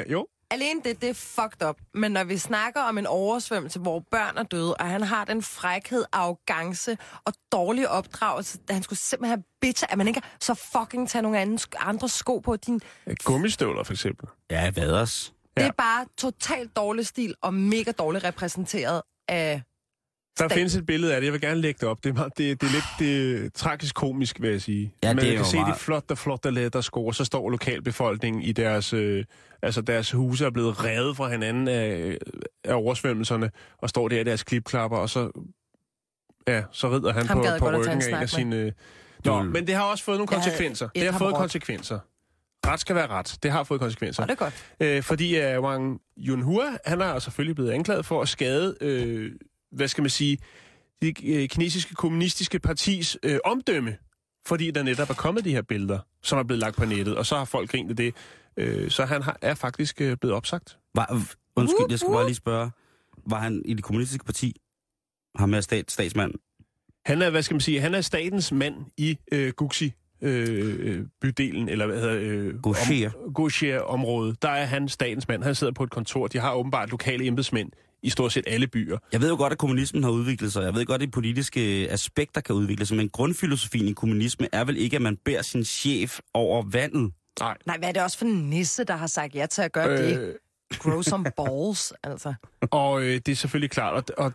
Alene det, det er fucked up. Men når vi snakker om en oversvømmelse, hvor børn er døde, og han har den frækhed, arrogance og dårlige opdragelse, at han skulle simpelthen have bitter, at man ikke så fucking tage nogle andre, andre sko på din...
Gummistøvler, for eksempel.
Ja, vaders.
Det
Ja.
er bare totalt dårlig stil og mega dårligt repræsenteret af...
Der
Stat.
findes et billede af det. Jeg vil gerne lægge det op. Det er, meget, det, det er lidt det er tragisk komisk, vil jeg sige.
Ja,
Men
det er
man kan
jo
se
meget...
de flotte, flotte lædersko, og så står lokalbefolkningen i deres... Øh, altså deres huse er blevet revet fra hinanden af, af oversvømmelserne, og står der i deres klipklapper, og så... Ja, så rider han
Ham
på,
gad jeg
på
godt at tage
ryggen
en
af en af
snak
sine... Nå,
Mm.
men det har også fået nogle
Jeg havde
konsekvenser.
et
Det har
ham
fået
råbt.
konsekvenser. Ret skal være ret. Det har fået konsekvenser.
Så er det godt.
Øh, fordi uh, Wang Yunhua, han er selvfølgelig blevet anklaget for at skade, øh, hvad skal man sige, det øh, kinesiske kommunistiske partis øh, omdømme, fordi der netop er kommet de her billeder, som er blevet lagt på nettet, og så har folk grint af det. Øh, så han har, er faktisk øh, blevet opsagt.
Var, undskyld, jeg skulle bare lige spørge. Var han i det kommunistiske parti? Ham er stat, statsmand?
Han er, hvad skal man sige, han er statens mand i øh, Guxi. Øh, bydelen, eller hvad hedder øh,
Gaucher.
om, Gaucher-området. Der er han statens mand. Han sidder på et kontor. De har åbenbart lokale embedsmænd i stort set alle byer.
Jeg ved jo godt, at kommunismen har udviklet sig. Jeg ved godt, at de politiske aspekter kan udvikle sig. Men grundfilosofien i kommunisme er vel ikke, at man bærer sin chef over vandet.
Nej.
Nej, hvad er det også for en nisse, der har sagt ja til at gøre øh... det? Grow some balls, altså.
Og øh, det er selvfølgelig klart, og, og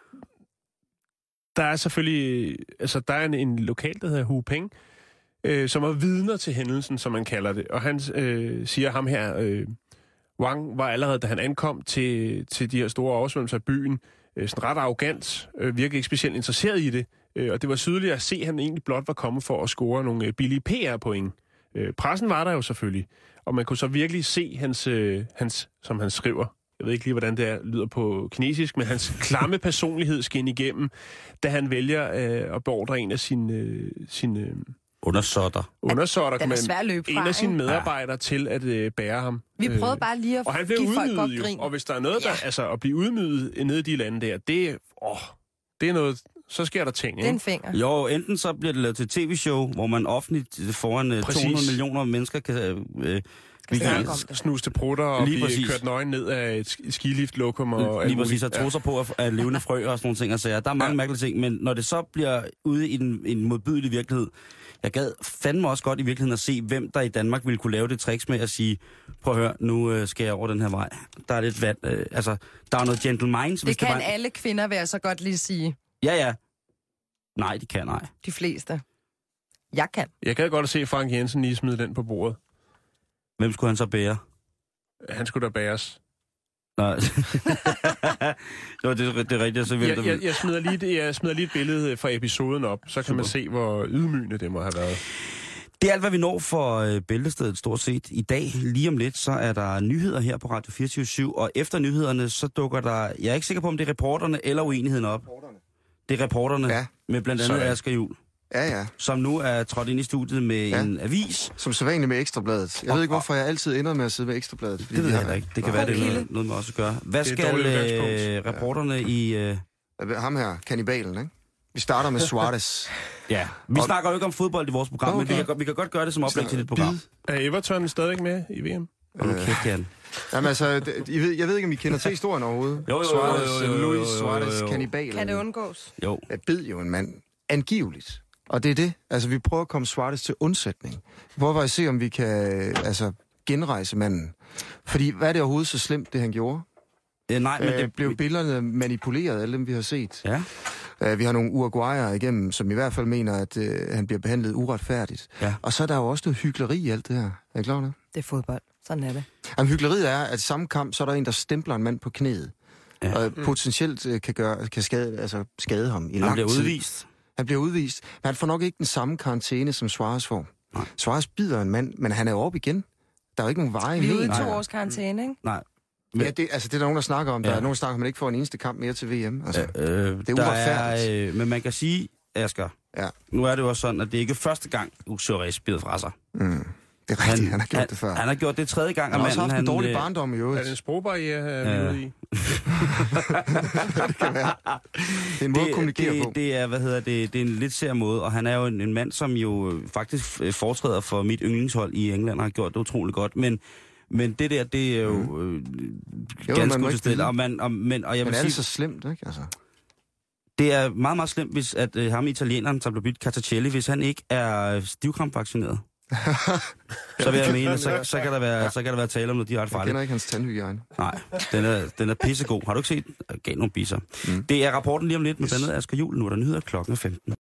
der er selvfølgelig, altså der er en, en lokal, der hedder Hu Peng, øh, som er vidner til hændelsen, som man kalder det. Og han øh, siger ham her, øh, Wang var allerede, da han ankom til, til de her store oversvømmelser af byen, øh, sådan ret arrogant, øh, virkelig ikke specielt interesseret i det. Øh, og det var tydeligt at se, at han egentlig blot var kommet for at score nogle øh, billige P R-point. Øh, pressen var der jo selvfølgelig, og man kunne så virkelig se hans, øh, hans, som han skriver, jeg ved ikke lige, hvordan det er, lyder på kinesisk, men hans klamme personlighed skinner igennem, da han vælger øh, at beordre en af sine, øh, sine øh,
Undersåtter.
undersåtter,
Den er svær at løbe
en
fra,
af sine
ikke?
medarbejdere, til at øh, bære ham.
Vi
Øh,
prøvede bare lige at
Og han blev
give folk
udmyget
godt
jo,
grin.
og hvis der er noget, der,
Ja.
altså at blive udmyget nede i de lande der, det, åh, det er noget, så sker der ting,
Det er en
ikke?
finger.
Jo, enten så bliver det lavet til tv-show, hvor man offentligt foran øh,
Præcis.
to hundrede millioner mennesker kan... Øh, vi
snakke
kan
om det.
Snus til prutter og
Lige
blive
præcis.
kørt nøgen ned af et sk- skiliftlokum og alt
lige præcis,
muligt.
og trusser på at, at levende frø og sådan nogle ting. Altså, der er mange
Ja.
ja. mærkelige ting, men når det så bliver ude i en, en modbydelig virkelighed, jeg gad fandme også godt i virkeligheden at se, hvem der i Danmark ville kunne lave det tricks med at sige, prøv at høre, nu øh, skal jeg over den her vej. Der er lidt vand. Øh, altså, der er noget gentle minds.
Det
hvis
kan
det var...
alle kvinder være så godt lige sige.
Ja, ja. Nej, de kan nej.
De fleste. Jeg kan.
Jeg gad godt at se Frank Jensen lige smide den på bordet.
Hvem skulle han så bære?
Han skulle da bæres.
Nej. Jo, det, er- det er rigtigt. Så hvem
Jeg,
der...
jeg, jeg, smider lige, det- jeg smider lige et billede fra episoden op, så kan
Super.
man se, hvor ydmygende det må have været.
Det er alt, hvad vi når for øh, Bæltestedet stort set i dag. Lige om lidt, så er der nyheder her på Radio fireogtyve syv, og efter nyhederne, så dukker der... Jeg er ikke sikker på, om det er reporterne eller uenigheden op. Det er reporterne,
Ja.
med blandt andet
Sådan.
Asger Juhl,
Ja, ja.
som nu er trådt ind i studiet med
Ja.
ja. en avis.
Som sædvanligt med Ekstrabladet. Jeg ved ikke, hvorfor jeg altid ender med at sidde med Ekstrabladet.
Det ved jeg heller ikke. Det kan
Nå.
være, det er
kilde.
noget, noget med os at gøre. Hvad
Det er et
skal
dårligt
øh,
udgangspunkt.
reporterne i... Øh...
Ham her, kannibalen, ikke? Vi starter med Suarez.
Ja, vi
Og-
snakker jo ikke om fodbold i vores program,
Nå,
okay. men vi
okay.
kan, godt- vi kan godt gøre det som oplæg til dit program.
Er Everton stadig med i V M?
Hold nu kæft, Jan.
Jamen altså, det- I ved, jeg ved ikke, om I kender til historien overhovedet.
Jo, jo, jo,
Suarez,
jo, jo, jo, jo,
Luis
jo, jo,
Suarez,
jo.
kannibalen.
Kan det undgås?
Jo.
Jeg bed jo en mand. Angiveligt. Og det er det. Altså, vi prøver at komme Suarez til undsætning. Hvor var I se, om vi kan altså, genrejse manden? Fordi, hvad er det overhovedet så slemt, det han gjorde?
Øh, nej, men
Øh,
det
blev billederne manipuleret, alle dem, vi har set.
Ja.
Uh, vi har nogle uruguayere igennem, som i hvert fald mener, at uh, han bliver behandlet uretfærdigt.
Ja.
Og så er der jo også noget hykleri i alt det her. Er I klar over det?
Det er fodbold. Sådan er det.
Jamen, hykleriet er, at i samme kamp, så er der en, der stempler en mand på knæet.
Ja.
Og potentielt uh, kan, gøre, kan skade, altså, skade ham i
Han
lang
bliver
tid.
udvist.
Han bliver udvist. Men han får nok ikke den samme karantæne, som Suarez får.
Nej.
Suarez bider en mand, men han er jo oppe igen. Der er jo ikke nogen veje
Vi er ude i
imellem.
to års karantæne, ikke?
Nej.
Ja, det, altså, det er der nogen, der snakker om. Der
Ja.
er nogen, der snakker om, at man ikke får en eneste kamp mere til V M. Altså,
Øh,
det er
der
uretfærdigt.
er, øh, men man kan sige, Asger,
ja.
nu er det jo også sådan, at det ikke er første gang, Suarez bider fra sig.
Mm. Det er rigtigt, han, han har gjort
han,
det før.
Han har gjort det tredje gang,
Han har
og
også
manden,
haft en
han,
dårlig
øh,
barndom i øvrigt.
Er det en sprogbarriere, er vi
Ja.
ude i?
Det kan være. Det er en måde at kommunikere
det,
på.
Det er, hvad hedder det, det er en lidt sær måde, og han er jo en, en mand, som jo øh, faktisk øh, foretræder for mit yndlingshold i England, og har gjort det utroligt godt, men Men det der, det er jo øh,
Jo,
ganske
man må ikke
utilstedeligt.
vide.
Og, man, og, men, og jeg
Men
vil
er
sige,
det så slemt, ikke? Altså.
det er meget, meget slemt, hvis at øh, ham italieneren, der blev byttet Cartacelli, hvis han ikke er stivkrampvaccineret. Så vil jeg mene, så, så, kan der være, så kan der være tale om noget direkte
Jeg
farligt.
kender ikke hans tandhygiejne.
Nej, den er, den er pissegod. Har du ikke set? Gav nogle bisser. Mm. Det er rapporten lige om lidt med blandt andet Asger Juhl. Nu er der nyheder klokken femten.